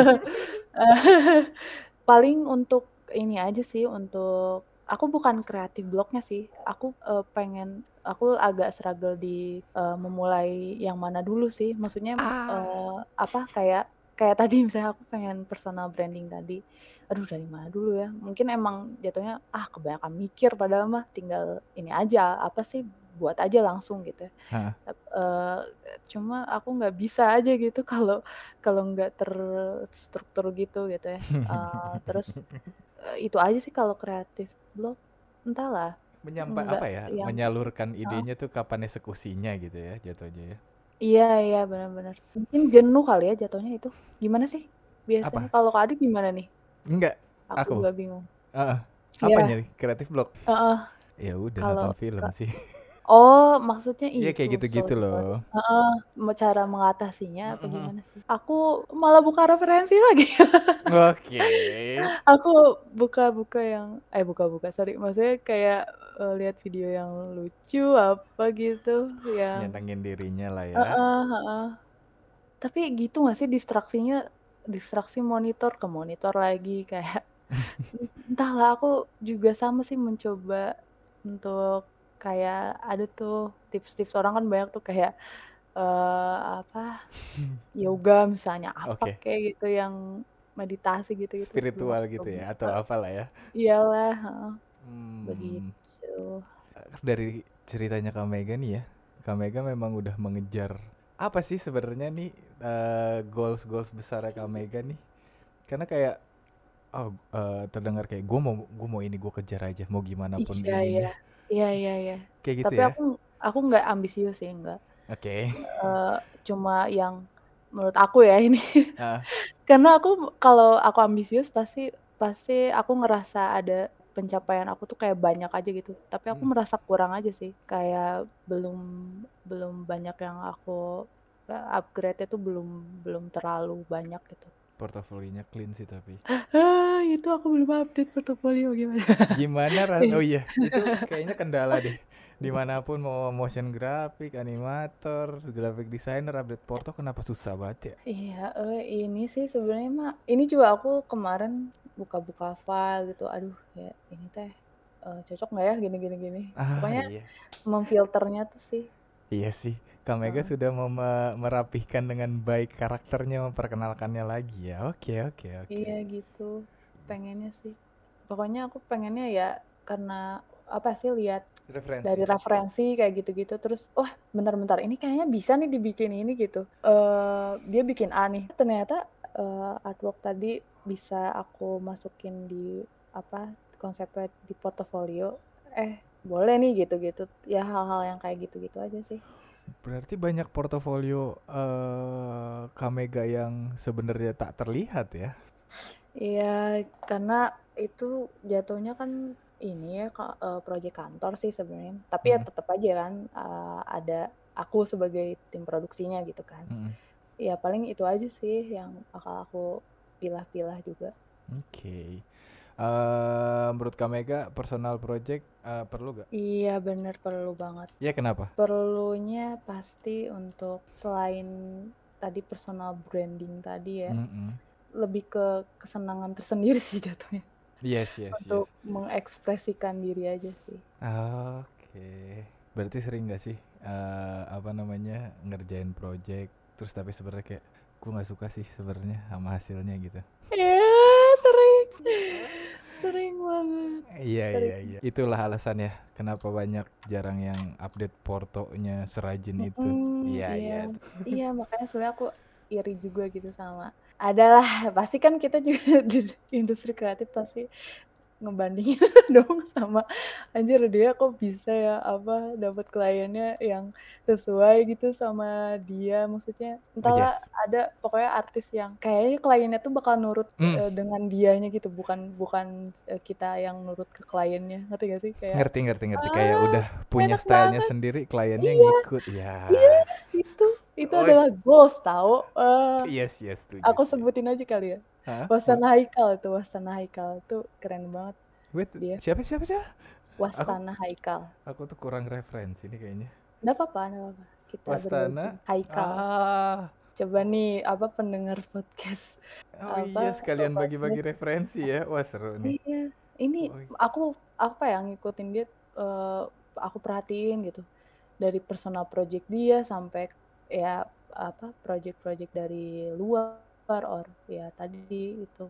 Paling untuk ini aja sih, untuk aku bukan creative block-nya sih, aku, eee, pengen aku agak struggle di, eee, memulai yang mana dulu sih. Maksudnya, Ah. eee, apa, kayak kayak tadi misalnya aku pengen personal branding tadi, aduh dari mana dulu ya? Mungkin emang jatuhnya, ah kebanyakan mikir padahal mah tinggal ini aja, apa sih, buat aja langsung gitu ya. Heeh. Tap eee, cuma aku nggak bisa aja gitu kalau kalau nggak terstruktur gitu gitu ya. Eee, terus, eee, itu aja sih kalau creative block, entahlah, Menyampa nggak apa ya, yang menyalurkan heeh. idenya tuh kapan eksekusinya gitu ya jatuhnya ya. Iya iya, bener bener. Mungkin jenuh kali ya jatuhnya itu. Gimana sih biasanya? Apa? Kalau Kak Adit gimana nih? Enggak, Aku aku. juga bingung. Heeh. Iya. Apanya nih? Creative block? Heeh. Ya udah Kalau nonton film Kak sih. oh maksudnya Iya itu, kayak gitu-gitu sorry sorry. loh. Heeh, me cara mengatasinya Mhm apa mhm. gimana sih? Aku malah buka referensi lagi. Oke. Aku buka-buka yang eh buka-buka, sorry, maksudnya kayak, eee, lihat video yang lucu apa gitu, yang Nyenengin dirinya lah ya. heeh heeh. Tapi gitu nggak sih distraksinya, distraksi monitor ke monitor lagi kayak en entahlah aku juga sama sih mencoba untuk kayak ada tuh tips-tips orang kan banyak tuh kayak, eee, apa, yoga misalnya, apa Oke. kek gitu yang meditasi gitu-gitu, belum Spiritual aku gitu coba. ya atau Heeh, apalah ya. iyalah, heeh, Mmm. begitu. Dari ceritanya Kak Mega nih ya, Kak Mega memang udah mengejar apa sih sebenarnya nih, eee, goals-goals besarnya Kak Mega nih? Karena kayak, oh, eee, terdengar kayak gue mau gue mau ini gue kejar aja mau gimana pun Iya iya. ininya. Iya iya iya. Kayak gitu Tapi ya? aku aku nggak ambisius sih, enggak. Oke. Eee, cuma yang menurut aku ya ini, Heeh. karena aku kalau aku ambisius pasti pasti aku ngerasa ada pencapaian aku tuh kayak banyak aja gitu, tapi aku Mhm. merasa kurang aja sih, kayak belum belum banyak yang aku, eee, upgrade-nya tuh belum belum terlalu banyak gitu. Portofolionya clean sih tapi. Ah, itu aku belum update portofolio gimana? Gimana ras oh iya, itu kayaknya kendala deh. Dimanapun mau motion graphic, animator, graphic designer, update porto kenapa susah banget ya? Iya, eee, ini sih sebenarnya mah ini juga aku kemarin buka-buka file gitu, aduh kayak ini teh, eee, cocok nggak ya gini gini gini. Ah, Pokoknya iya. memfilternya tuh sih. Iya sih, Kak Mega Heeh. sudah meme merapihkan dengan baik karakternya, memperkenalkannya lagi ya. Oke oke oke. Iya gitu, pengennya sih. Pokoknya aku pengennya ya karena apa sih, lihat dari Referensi. referensi kayak gitu-gitu terus, "Wah bentar-bentar ini kayaknya bisa nih dibikin ini," gitu. Eee, dia bikin A nih, ternyata, eee, artwork tadi bisa aku masukin di apa konsepnya di portofolio, eh boleh nih gitu-gitu. Ya hal-hal yang kayak gitu-gitu aja sih. Berarti banyak portofolio eh Kamega yang sebenarnya tak terlihat ya. Iya, karena itu jatuhnya kan ini ya Kak, eee, proyek kantor sih sebenarnya. Tapi ya Mm-mm. tetap aja kan, eee, ada aku sebagai tim produksinya gitu kan. Mm-mm. Ya paling itu aja sih yang bakal aku pilah-pilah juga. Oke. Eh, menurut Kamega personal project eh, perlu gak? Iya bener, perlu banget. Ya kenapa? Perlunya pasti untuk selain tadi personal branding tadi ya, Mm-mm. lebih ke kesenangan tersendiri sih jatuhnya. Yes, yes, yes. Untuk mengekspresikan diri aja sih. Oke. Berarti sering gak sih eh apa namanya ngerjain project terus tapi sebenarnya kayak gue nggak suka sih sebenarnya sama hasilnya gitu. Iya, sering. Sering banget. Iya iya Sering. iya. Itulah alasan ya kenapa banyak jarang yang update portonya serajin itu. Mhm, Iya iya. iya. Iya, makanya sebenarnya aku iri juga gitu sama adalah pasti kan kita juga di industri kreatif pasti ngebandingin dong sama, "Anjir dia kok bisa ya, apa, dapat kliennya yang sesuai gitu sama dia." Maksudnya Oh entahlah yes. ada pokoknya artis yang kayaknya kliennya tuh bakal nurut, Mm, eee, dengan dianya gitu, bukan bukan, eee, kita yang nurut ke kliennya, ngerti gak sih? Kayak, ngerti ngerti ngerti kayak ah, udah punya enak stylenya banget. sendiri kliennya Iya ngikut ya. iya, itu itu Oh adalah goals tahu, eee, yes yes setuju aku setuju. sebutin aja kali ya, Hah? Boleh. Wastana Haikal itu, Wastana Haikal tuh keren banget Wait, dia, siapa siapa siapa? Aku Wastana Haikal. aku tuh kurang referensi nih kayaknya. Nggak apa-apa, nggak apa-apa. Kita berbagi. Wastana. Haikal. Ah. Coba nih, apa pendengar podcast, Oh apa, iya sekalian bagi-bagi podcast. referensi ya. Wah seru nih. Iya, ini Oh, aku apa ya ngikutin dia, eh, aku perhatiin gitu. Dari personal project dia sampai ya apa project-project dari luar or ya tadi itu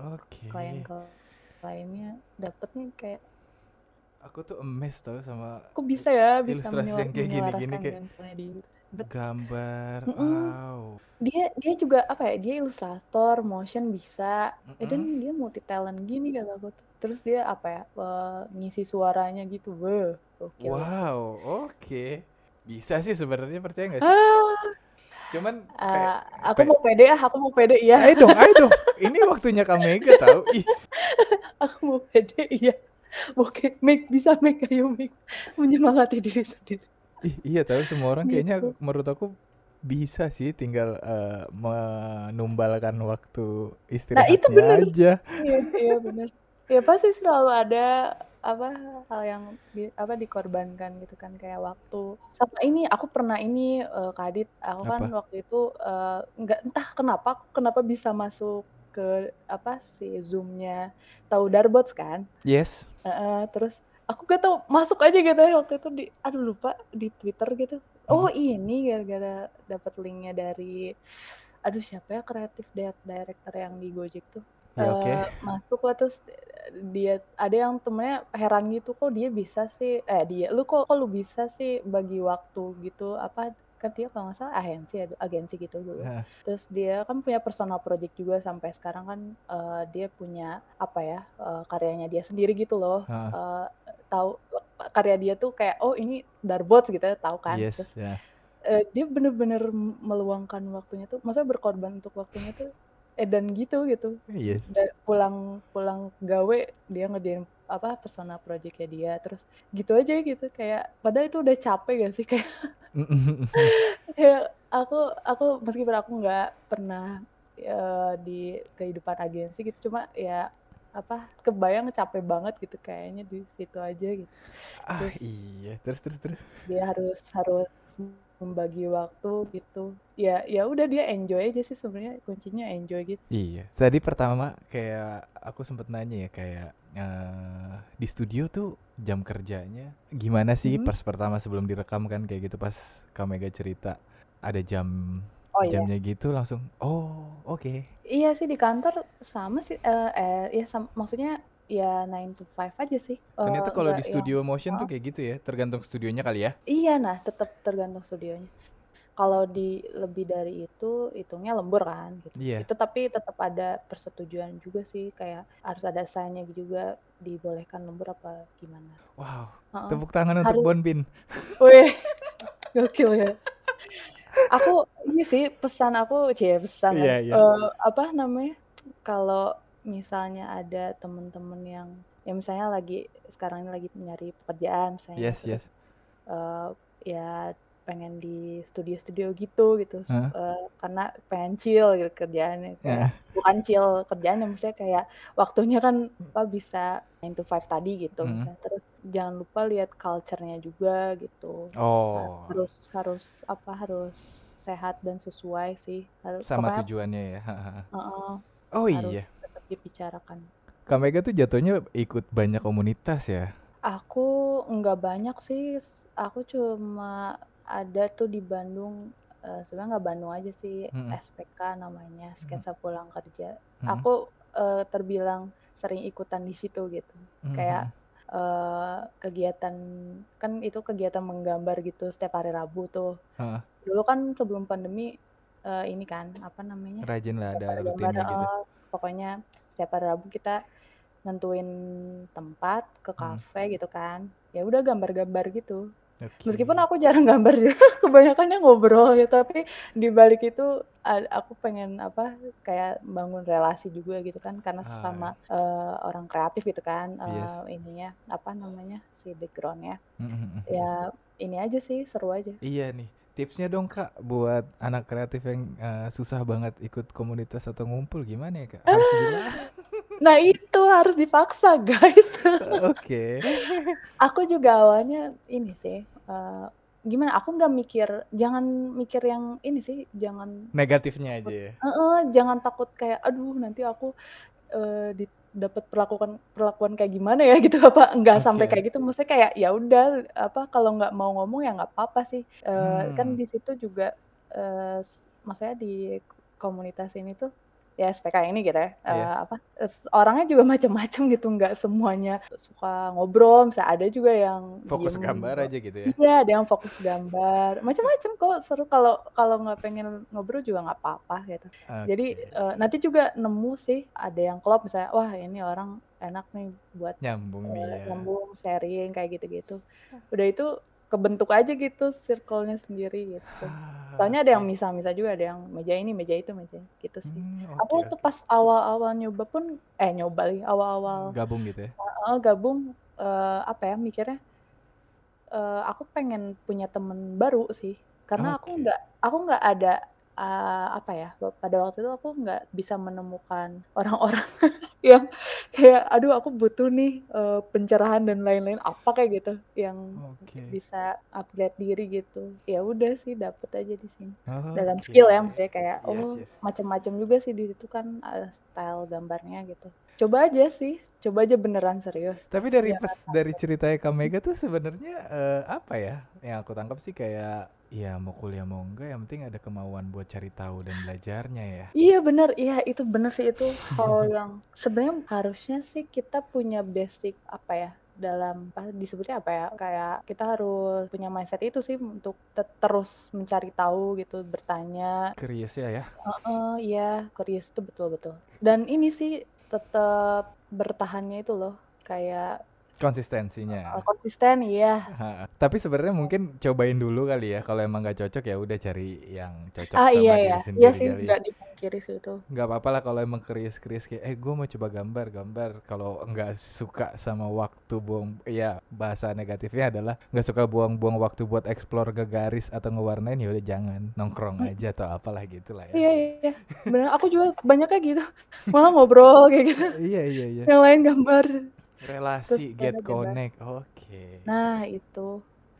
oke. klien-kliennya dapetnya kayak Aku tuh amazed tau sama kok bisa ya bisa ilustrasi menyel- yang kayak gini-gini menyelaraskan kayak dengan misalnya di bet gambar. mm Wow. dia dia juga apa ya dia ilustrator motion bisa eh, dan Mm-mm. dia multi talent gini kata aku tuh terus dia apa ya eh, ngisi suaranya gitu wah gokil sih Wow, oke. Bisa sih sebenarnya percaya nggak sih? ah Cuman kayak ah, aku pe- mau pede ah aku mau pede iya ayo dong, ayo dong. Ini waktunya Kak Mega tahu. Ih, aku mau pede iya oke make bisa make ayo make menyemangati diri sendiri ih iya tahu semua orang kayaknya gitu menurut aku bisa sih tinggal eh, menumbalkan waktu nah itu istirahatnya bener aja. iya iya bener ya pasti selalu ada apa hal yang di, apa dikorbankan gitu kan kayak waktu sama ini aku pernah ini eh, Kak Adit aku kan Apa? waktu itu eh, nggak entah kenapa aku kenapa bisa masuk ke apa sih Zoom-nya tahu Darbots kan. Yes. Heeh, terus aku gak tau masuk aja gitu ya waktu itu di aduh lupa di Twitter gitu. Oh Mm-mm. ini gara-gara dapat linknya dari aduh siapa ya kreatif di- director yang di Gojek tuh. Ya oke. Eh masuk lah terus dia ada yang temennya heran gitu kok dia bisa sih eh dia lu kok kok lu bisa sih bagi waktu gitu apa kan dia kalau nggak salah agensi ya agensi gitu dulu. Hah, Terus dia kan punya personal project juga sampai sekarang kan eh, dia punya apa ya eh, karyanya dia sendiri gitu loh. hah. Eh, tahu karya dia tuh kayak oh ini Darbots gitu ya, tahu kan. Yes, Terus ya. eh, dia bener-bener meluangkan waktunya tuh, maksudnya berkorban untuk waktunya tuh edan gitu gitu. Yes. Da- pulang pulang gawe dia ngerjain apa personal projectnya dia terus gitu aja gitu kayak padahal itu udah capek gak sih kayak kayak aku aku meskipun aku nggak pernah eh, di kehidupan agensi gitu cuma ya apa kebayang capek banget gitu kayaknya di situ aja gitu Ah terus iya, terus terus terus. dia harus harus membagi waktu gitu ya ya udah dia enjoy aja sih sebenarnya kuncinya enjoy gitu. Iya. Tadi pertama kayak aku sempet nanya ya kayak eh di studio tuh jam kerjanya gimana sih Mhm. pas pertama sebelum direkam kan kayak gitu pas Kak Mega cerita ada jam Oh iya. jamnya gitu langsung oh oke. Iya sih di kantor sama sih eh, eh ya sam- maksudnya ya nine to five aja sih. Eh, Ternyata kalau nggak di yang studio motion tuh Heeh. kayak gitu ya tergantung studionya kali ya. Iya nah tetap tergantung studionya. kalau di lebih dari itu hitungnya lembur kan gitu. Iya. Itu tapi tetap ada persetujuan juga sih, kayak harus ada sign-nya juga dibolehkan lembur apa gimana. Wow, Heeh, tepuk tangan untuk harus. Bonbin. Wih, gokil ya. Aku ini sih pesan aku, cie pesan Iya, lagi. iya. Eh, apa namanya? Kalau misalnya ada temen-temen yang ya misalnya lagi sekarang ini lagi nyari pekerjaan misalnya, Yes, terus yes. eh, ya pengen di studio-studio gitu gitu sup- Heeh. eh, karena pengen chill gitu kerjaannya, kayak Heeh. bukan chill kerjaannya, maksudnya kayak waktunya kan apa bisa nine to five tadi gitu. Mm. Nah, terus jangan lupa lihat culture-nya juga gitu. Ha- Oh, harus harus apa harus sehat dan sesuai sih, harus sama pokoknya tujuannya ya. Hahaha. eh, Oh harus iya, tetap dibicarakan. Kak Mega tuh jatuhnya ikut banyak komunitas ya. Aku nggak banyak sih, s- aku cuma ada tuh di Bandung, eh, sebenarnya nggak Bandung aja sih, Mm-mm. S P K namanya, sketsa pulang kerja. Mm-mm. Aku eh, terbilang sering ikutan di situ gitu, kayak Mm-mm. eh, kegiatan, kan itu kegiatan menggambar gitu setiap hari Rabu tuh. Heeh. Dulu kan sebelum pandemi eh, ini kan apa namanya, Rajin lah, ada gambar gambar, rutinnya gitu. pokoknya setiap hari Rabu kita nentuin tempat ke Mm. kafe gitu kan, ya udah gambar-gambar gitu. Oke. Meskipun aku jarang gambar juga, kebanyakannya ngobrol ya, tapi di balik itu a- aku pengen apa, kayak bangun relasi juga gitu kan, karena Ah, sama eh, orang kreatif gitu kan, yes. eh, ininya apa namanya si backgroundnya, Mm-mm. ya ini aja sih, seru aja. Iya nih, tipsnya dong Kak buat anak kreatif yang eh, susah banget ikut komunitas atau ngumpul gimana ya Kak? Harus dilarang. Nah itu harus dipaksa guys. Oke. Aku juga awalnya ini sih, eh, gimana? Aku nggak mikir, jangan mikir yang ini sih, jangan Negatifnya aja takut, ya. Heeh, jangan takut kayak, aduh nanti aku eh, di, dapat perlakuan perlakuan kayak gimana ya gitu, apa nggak sampai Oke. kayak gitu, maksudnya kayak ya udah apa, kalau nggak mau ngomong ya nggak apa-apa sih. Eh, kan Hmm. di situ juga eh, s- maksudnya di komunitas ini tuh ya S P K ini gitu ya, Iya. eh, apa es- orangnya juga macam-macam gitu, nggak semuanya suka ngobrol, misalnya ada juga yang Fokus diem. gambar aja gitu ya. Iya, ada yang fokus gambar, macam-macam kok, seru. Kalau kalau nggak pengen ngobrol juga nggak apa-apa gitu. Jadi Oke. eh, nanti juga nemu sih, ada yang klop misalnya, wah ini orang enak nih buat Nyambung nih eh, ya. nyambung, sharing kayak gitu-gitu. Udah itu kebentuk aja gitu circle-nya sendiri gitu. Soalnya ada yang Oke. misah-misah juga, ada yang meja ini, meja itu, meja gitu sih. Hmm, Aku oke waktu oke. pas awal-awal nyoba pun, eh nyoba lagi, awal-awal Gabung gitu ya. eh, gabung, eh, apa ya mikirnya, eh, aku pengen punya temen baru sih, karena aku Oke. nggak aku nggak ada eh, apa ya, pada waktu itu aku nggak bisa menemukan orang-orang yang kayak, aduh aku butuh nih eh, pencerahan dan lain-lain apa kayak gitu, yang mungkin Oke. bisa upgrade diri gitu. Ya udah sih, dapet aja di sini dalam Oke. skill ya, maksudnya kayak Yes oh yes. macam-macam juga sih di situ kan, ada style gambarnya gitu. Coba aja sih, coba aja beneran serius. Tapi dari pes, Jangan dari ceritanya Kak Mega tuh sebenarnya eh, apa ya? Yang aku tangkap sih kayak ya mau kuliah mau enggak yang penting ada kemauan buat cari tahu dan belajarnya ya. Iya bener, iya itu bener sih, itu hal yang sebenarnya harusnya sih kita punya basic apa ya, dalam apa disebutnya apa ya, kayak kita harus punya mindset itu sih untuk te- terus mencari tahu gitu, bertanya. Curious ya ya. Heeh, iya, curious itu betul-betul. Dan ini sih tetap bertahannya itu loh, kayak Konsistensinya. eh, konsisten, iya. Ha, tapi sebenarnya mungkin cobain dulu kali ya. Kalau emang nggak cocok ya udah cari yang cocok Ah iya sama ya, diri iya sendiri sih, kali ya. nggak dipungkiri sih itu. Nggak apa-apa lah kalau emang keris-keris kayak eh gue mau coba gambar-gambar. Kalau nggak suka sama waktu buang, ya bahasa negatifnya adalah nggak suka buang-buang waktu buat explore ke garis atau ngewarnain, ya udah jangan nongkrong Mm, aja atau apalah gitulah ya. iya iya, bener. Aku juga banyaknya gitu, malah ngobrol kayak gitu. Iya iya iya. Yang lain gambar, terus Relasi ada get gambar. connect. Oke. Nah itu,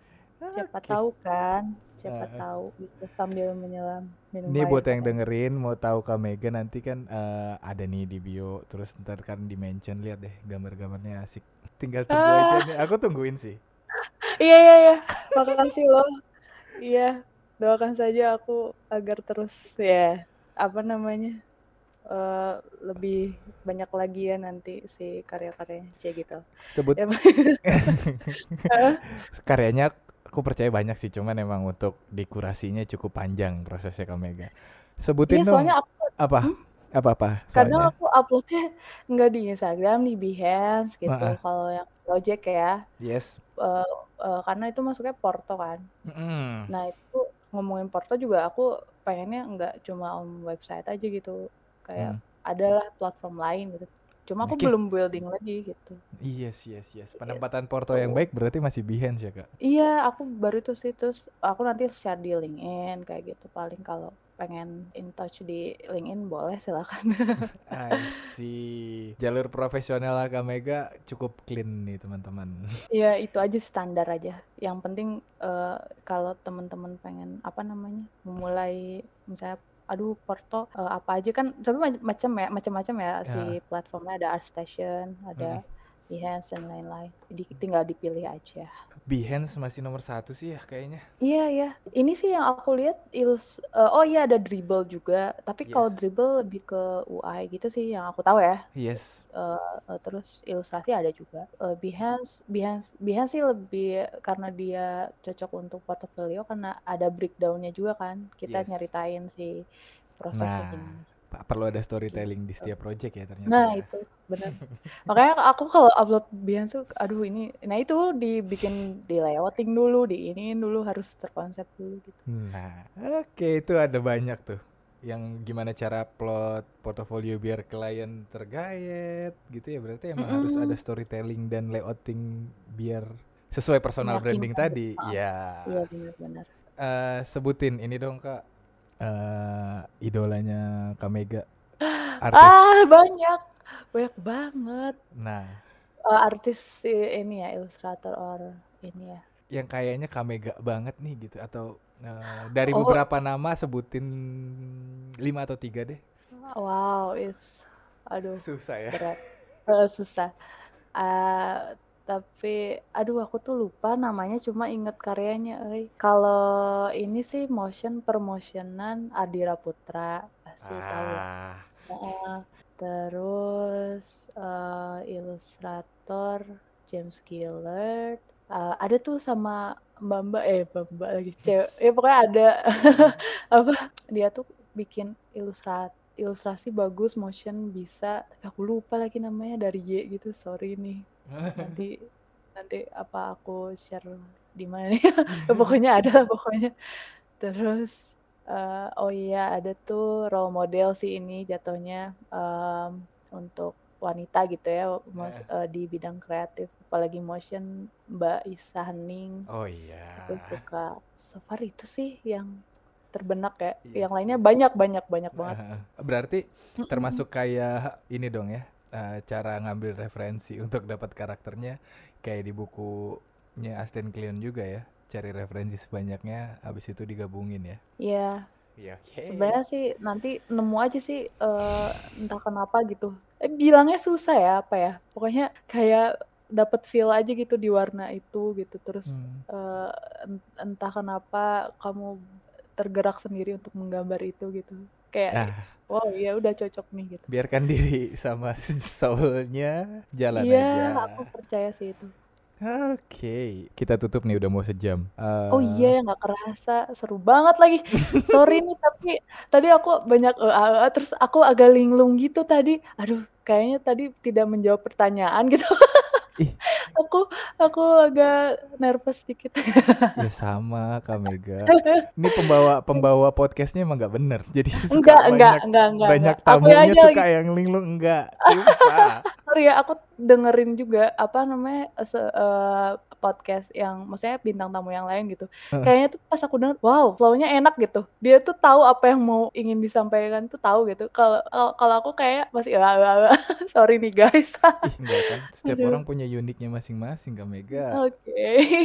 siapa Oke. tahu kan, siapa Heeh. tahu gitu sambil menyelam minum Ini air buat yang katanya. dengerin mau tahu Kak Mega nanti kan eh, ada nih di bio, terus ntar kan di mention, lihat deh gambar-gambarnya asik. Tinggal tunggu aja Ah, nih. Aku tungguin sih. iya iya iya, makasih loh. Iya, doakan saja aku agar terus ya apa namanya, eh, lebih banyak lagi ya nanti si karya-karyanya, cie gitu. Sebut Ya, Heeh. karyanya aku percaya banyak sih, cuman emang untuk dikurasinya cukup panjang prosesnya Kak Mega. Iya, Sebutin dong soalnya aku apa? hmm? Apa-apa Kadang soalnya? aku upload-nya nggak di Instagram, di Behance gitu, Heeh. kalau yang project ya. Yes. Eee eee, karena itu masuknya Porto kan. Mhm. Nah itu ngomongin Porto juga aku pengennya nggak cuma on website aja gitu, kayak Hmm. adalah platform lain gitu. Cuma aku Oke. belum building lagi gitu. Yes, yes, yes. Penempatan Porto yang Gitu. baik berarti masih Behance ya, Kak? Iya, aku baru itu sih, terus aku nanti share di LinkedIn kayak gitu, paling kalau pengen in touch di LinkedIn boleh silakan. I see. Jalur profesional Kak Mega cukup clean nih teman-teman. Iya, itu aja standar aja. Yang penting eee, kalau teman-teman pengen apa namanya, memulai misalnya, aduh Porto, eee, apa aja kan tapi ma macam ya macam-macam ya si Ya. platformnya, ada ArtStation, ada Mm-mm. Behance dan lain-lain. Jadi tinggal dipilih aja. Behance masih nomor satu sih ya kayaknya. Iya iya, ini sih yang aku lihat ilus eee, oh iya ada Dribbble juga, tapi Yes. kalau Dribbble lebih ke U I gitu sih yang aku tahu ya. Yes. Eee, terus ilustrasi ada juga. Eee, Behance Behance Behance sih lebih karena dia cocok untuk portofolio karena ada breakdown-nya juga kan, kita Yes. nyeritain si prosesnya Nah, gimana. Pak perlu ada storytelling di Gitu. setiap project ya ternyata Nah ya. itu, bener. Makanya aku kalau upload Behance tuh, aduh ini, nah itu dibikin, dilayoting dulu, diiniin dulu, harus terkonsep dulu gitu. Nah, oke itu ada banyak tuh. Yang gimana cara plot portofolio biar klien tergayet gitu ya. Berarti emang harus ada Mhm. storytelling dan layouting biar sesuai personal branding Meyakinkan gitu, tadi. heeh. Iya. Iya bener bener. Eh, sebutin ini dong Kak, eh idolanya Kak Mega, artis. Ah, banyak, banyak banget. Nah, Eee, artis si ini ya, ilustrator or ini ya. yang kayaknya Kak Mega banget nih gitu atau eh, dari Oh, beberapa nama sebutin lima atau tiga deh. wow, is aduh Susah ya. berat, heeh, susah. Eee, tapi aduh aku tuh lupa namanya, cuma inget karyanya euy. Kalau ini sih motion per motion-an Adira Putra, pasti tahu ya. Ah, Heeh. Terus, eee, ilustrator James Gillard, eee, ada tuh sama Mbak-mbak eh Mbak-mbak lagi, cewek ya pokoknya ada apa, dia tuh bikin ilustra ilustrasi bagus, motion bisa, tapi aku lupa lagi namanya, dari Y gitu, sorry nih. Nanti nanti apa aku share di mana nih, pokoknya ada lah pokoknya. Terus, eee, oh iya ada tuh role model sih ini jatuhnya, mmm, untuk wanita gitu ya, mos eh, eee, di bidang kreatif, apalagi motion Mbak Isa Hening, oh aku iya, suka. So far itu sih yang terbenak ya, iya yang lainnya sih. banyak banyak banyak banget. Eh, berarti Mhm. termasuk kayak ini dong ya, eh, cara ngambil referensi untuk dapat karakternya kayak di bukunya Aston Kleon juga ya, cari referensi sebanyaknya, habis itu digabungin ya. Iya, Iya, oke. sebenarnya sih nanti nemu aja sih, eee, entah kenapa gitu, eh, bilangnya susah ya, apa ya, pokoknya kayak dapet feel aja gitu di warna itu gitu, terus, Hmm. eee, en entah kenapa kamu tergerak sendiri untuk menggambar itu gitu, kayak, Nah, wow ya udah cocok nih gitu. biarkan diri sama soulnya jalan Iya, aja. aku percaya sih itu. Oke, kita tutup nih udah mau sejam. Oh iya Eh, ya, nggak kerasa, seru banget lagi. Sorry nih tapi tadi aku banyak E A E A, terus aku agak linglung gitu tadi. Aduh, kayaknya tadi tidak menjawab pertanyaan gitu. ih, Aku aku agak nervous dikit. ya sama Kak Mega. Ini pembawa pembawa podcastnya emang nggak bener. Jadi suka Enggak enggak banyak enggak enggak enggak. banyak Aku tamunya aja lagi. suka yang linglung enggak. Sumpah. Sorry ya, aku dengerin juga apa namanya, se eee, podcast yang maksudnya bintang tamu yang lain gitu. Heeh. Kayaknya tuh pas aku denger, wow flow-nya enak gitu. Dia tuh tahu apa yang mau ingin disampaikan tuh tahu gitu. Kalau kalau kalau aku kayak masih sorry nih guys. Ih, enggak kan? Setiap Aduh, orang punya uniknya masing-masing Kak Mega. oke.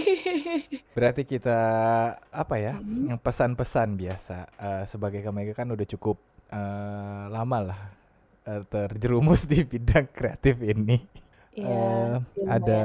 Berarti kita apa ya? Mhm, Yang pesan-pesan biasa. Eh, sebagai Kak Mega kan udah cukup eh, lama lah eh, terjerumus di bidang kreatif ini. iya, Eh, ya ada lumayan.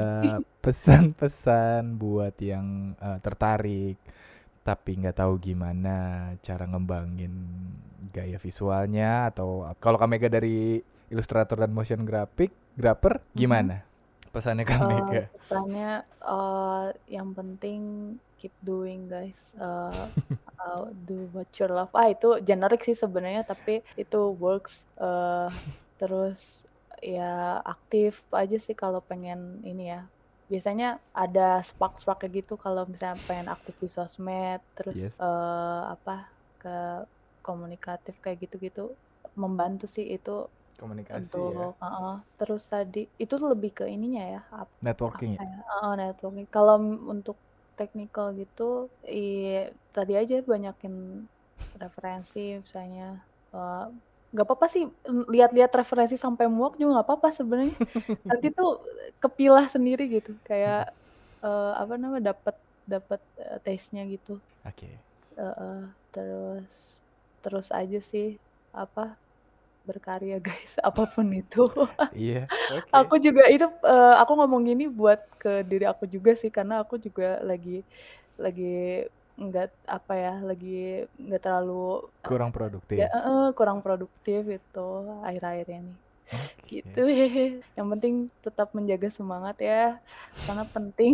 pesan-pesan buat yang eh, tertarik tapi nggak tahu gimana cara ngembangin gaya visualnya atau kalau Kak Mega dari ilustrator dan motion graphic, grapper Mhm. gimana pesannya Kak Eee, Mega? pesannya, eee, yang penting keep doing guys, uh, uh, do what you love. Ah itu generik sih sebenarnya tapi itu works. Uh, terus ya aktif aja sih kalau pengen ini ya. Biasanya ada spark-spark kayak gitu kalau misalnya pengen aktif di sosmed, terus Yes. uh, apa ke komunikatif kayak gitu-gitu membantu sih itu Komunikasi ya. untuk uh, terus tadi itu tuh lebih ke ininya ya ap- Networking apa ya. ya uh, networking. Kalau m- untuk technical gitu, i tadi aja banyakin referensi misalnya. eh, nggak apa-apa sih mm, lihat-lihat referensi sampai muak juga nggak apa-apa sebenarnya. Nanti tuh kepilah sendiri gitu, kayak eh, apa namanya dapat dapat eh, taste-nya gitu. Oke. Eh, eh, terus terus aja sih apa berkarya guys apapun itu. Iya. Oke. Aku juga itu eh, aku ngomong gini buat ke diri aku juga sih karena aku juga lagi lagi nggak apa ya lagi nggak terlalu Kurang ya produktif. eh, eh, kurang produktif itu akhir-akhir ini gitu. Oke. Hehe. Yang penting tetap menjaga semangat ya karena penting.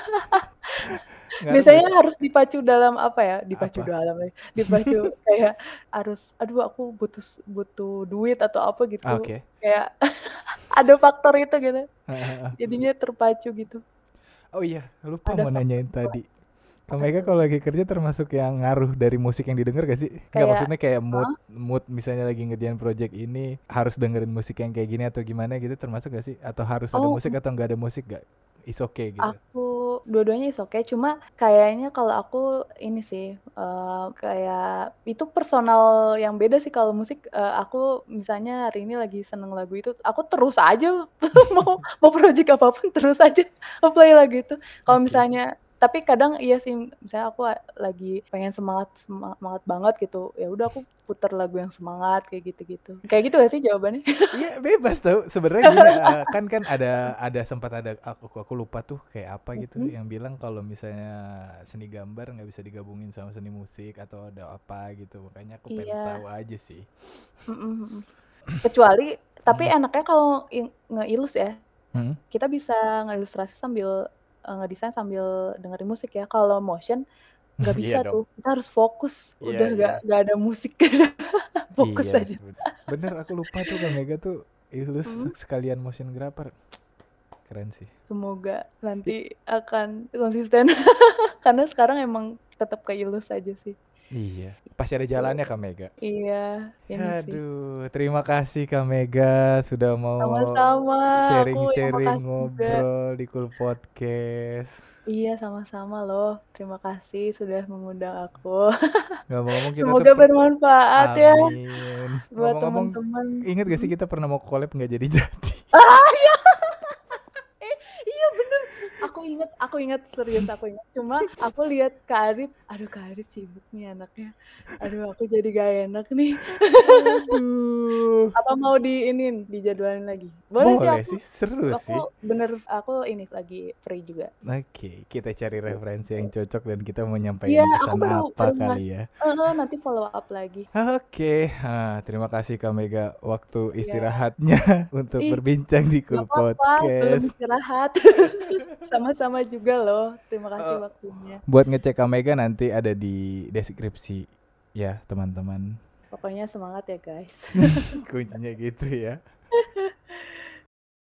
Ngaruh gak Biasanya sih? harus dipacu dalam apa ya? Dipacu Apa? dalam lagi. Dipacu kayak harus aduh aku butuh butuh duit atau apa Ah, gitu. Oke. Kayak ada faktor itu gitu. Jadinya terpacu gitu. Oh iya, lupa Ada mau faktor nanyain tadi. Kak apa Mega tuh? kalau lagi kerja termasuk yang ngaruh dari musik yang didengar gak sih? Nggak, Kayak maksudnya kayak mood hah? mood misalnya lagi ngerjain project ini harus dengerin musik yang kayak gini atau gimana gitu, termasuk gak sih? Atau harus ada Oh, musik atau nggak ada musik gak? Is okay gitu. aku dua-duanya is oke, cuma kayaknya kalau aku ini sih eh, kayak itu personal yang beda sih kalau musik eh, aku misalnya hari ini lagi seneng lagu itu, aku terus aja mau mau project apapun terus aja play lagu itu. Kalau Oke. misalnya tapi kadang iya sih misalnya aku a- lagi pengen semangat semangat banget gitu, ya udah aku puter lagu yang semangat kayak gitu-gitu. Kayak gitu gak sih jawabannya? Iya bebas tau. Sebenarnya gini, eh, kan kan ada ada sempat ada aku aku lupa tuh kayak apa gitu Mm-mm. yang bilang kalau misalnya seni gambar nggak bisa digabungin sama seni musik atau ada apa gitu. Makanya aku pengen Iya. tahu aja sih. Mm-mm, mm-mm. Kecuali tapi Mm-mm. enaknya kalau i- ngeilus ya, Mm-mm. kita bisa ngeilustrasi sambil eh, ngedesain sambil dengerin musik ya. Kalau motion nggak Iya bisa dong. tuh, kita harus fokus. Iya Udah nggak iya. nggak ada musik, fokus Iya, aja. seben- bener aku lupa tuh Kak Mega tuh ilus Hmm, sekalian motion grapher. Keren sih. Semoga I- nanti akan konsisten. Karena sekarang emang tetap ke ilus aja sih. iya, pasti ada So, jalannya Kak Mega. iya, ini sih. Aduh, terima kasih Kak Mega sudah mau Sama-sama, aku yang sharing-sharing makasih juga. ngobrol di Cool Podcast. Iya, sama-sama loh. Terima kasih sudah mengundang aku. Ngomong-ngomong kita tuh Semoga per- bermanfaat ya amin. buat Ngomong-ngomong, teman-teman. inget gak sih Mhm. kita pernah mau collab nggak jadi-jadi? Ah, iya. Eh, iya bener. Aku inget, aku inget serius aku inget. Cuma aku lihat Kak Adit, aduh Kak Adit sibuk nih anaknya. Aduh aku jadi gak enak nih. Aduh. Apa mau diinin, dijadwalin lagi? Boleh sih Boleh aku, sih, seru aku sih. bener aku ini lagi free juga. Oke, kita cari referensi yang Gitu. cocok dan kita mau Iya, nyampein aku pesan baru apa baru kali ngasih. ya. Eh, eh, nanti follow up lagi. Oke, ah, terima kasih Kak Mega waktu Iya. istirahatnya untuk Ih, berbincang di nggak Cool apa-apa, belum Podcast. istirahat. Sama-sama juga loh. Terima kasih Eh, waktunya. buat ngecek Kak Mega nanti ada di deskripsi ya teman-teman. Pokoknya semangat ya guys. Kuncinya gitu ya.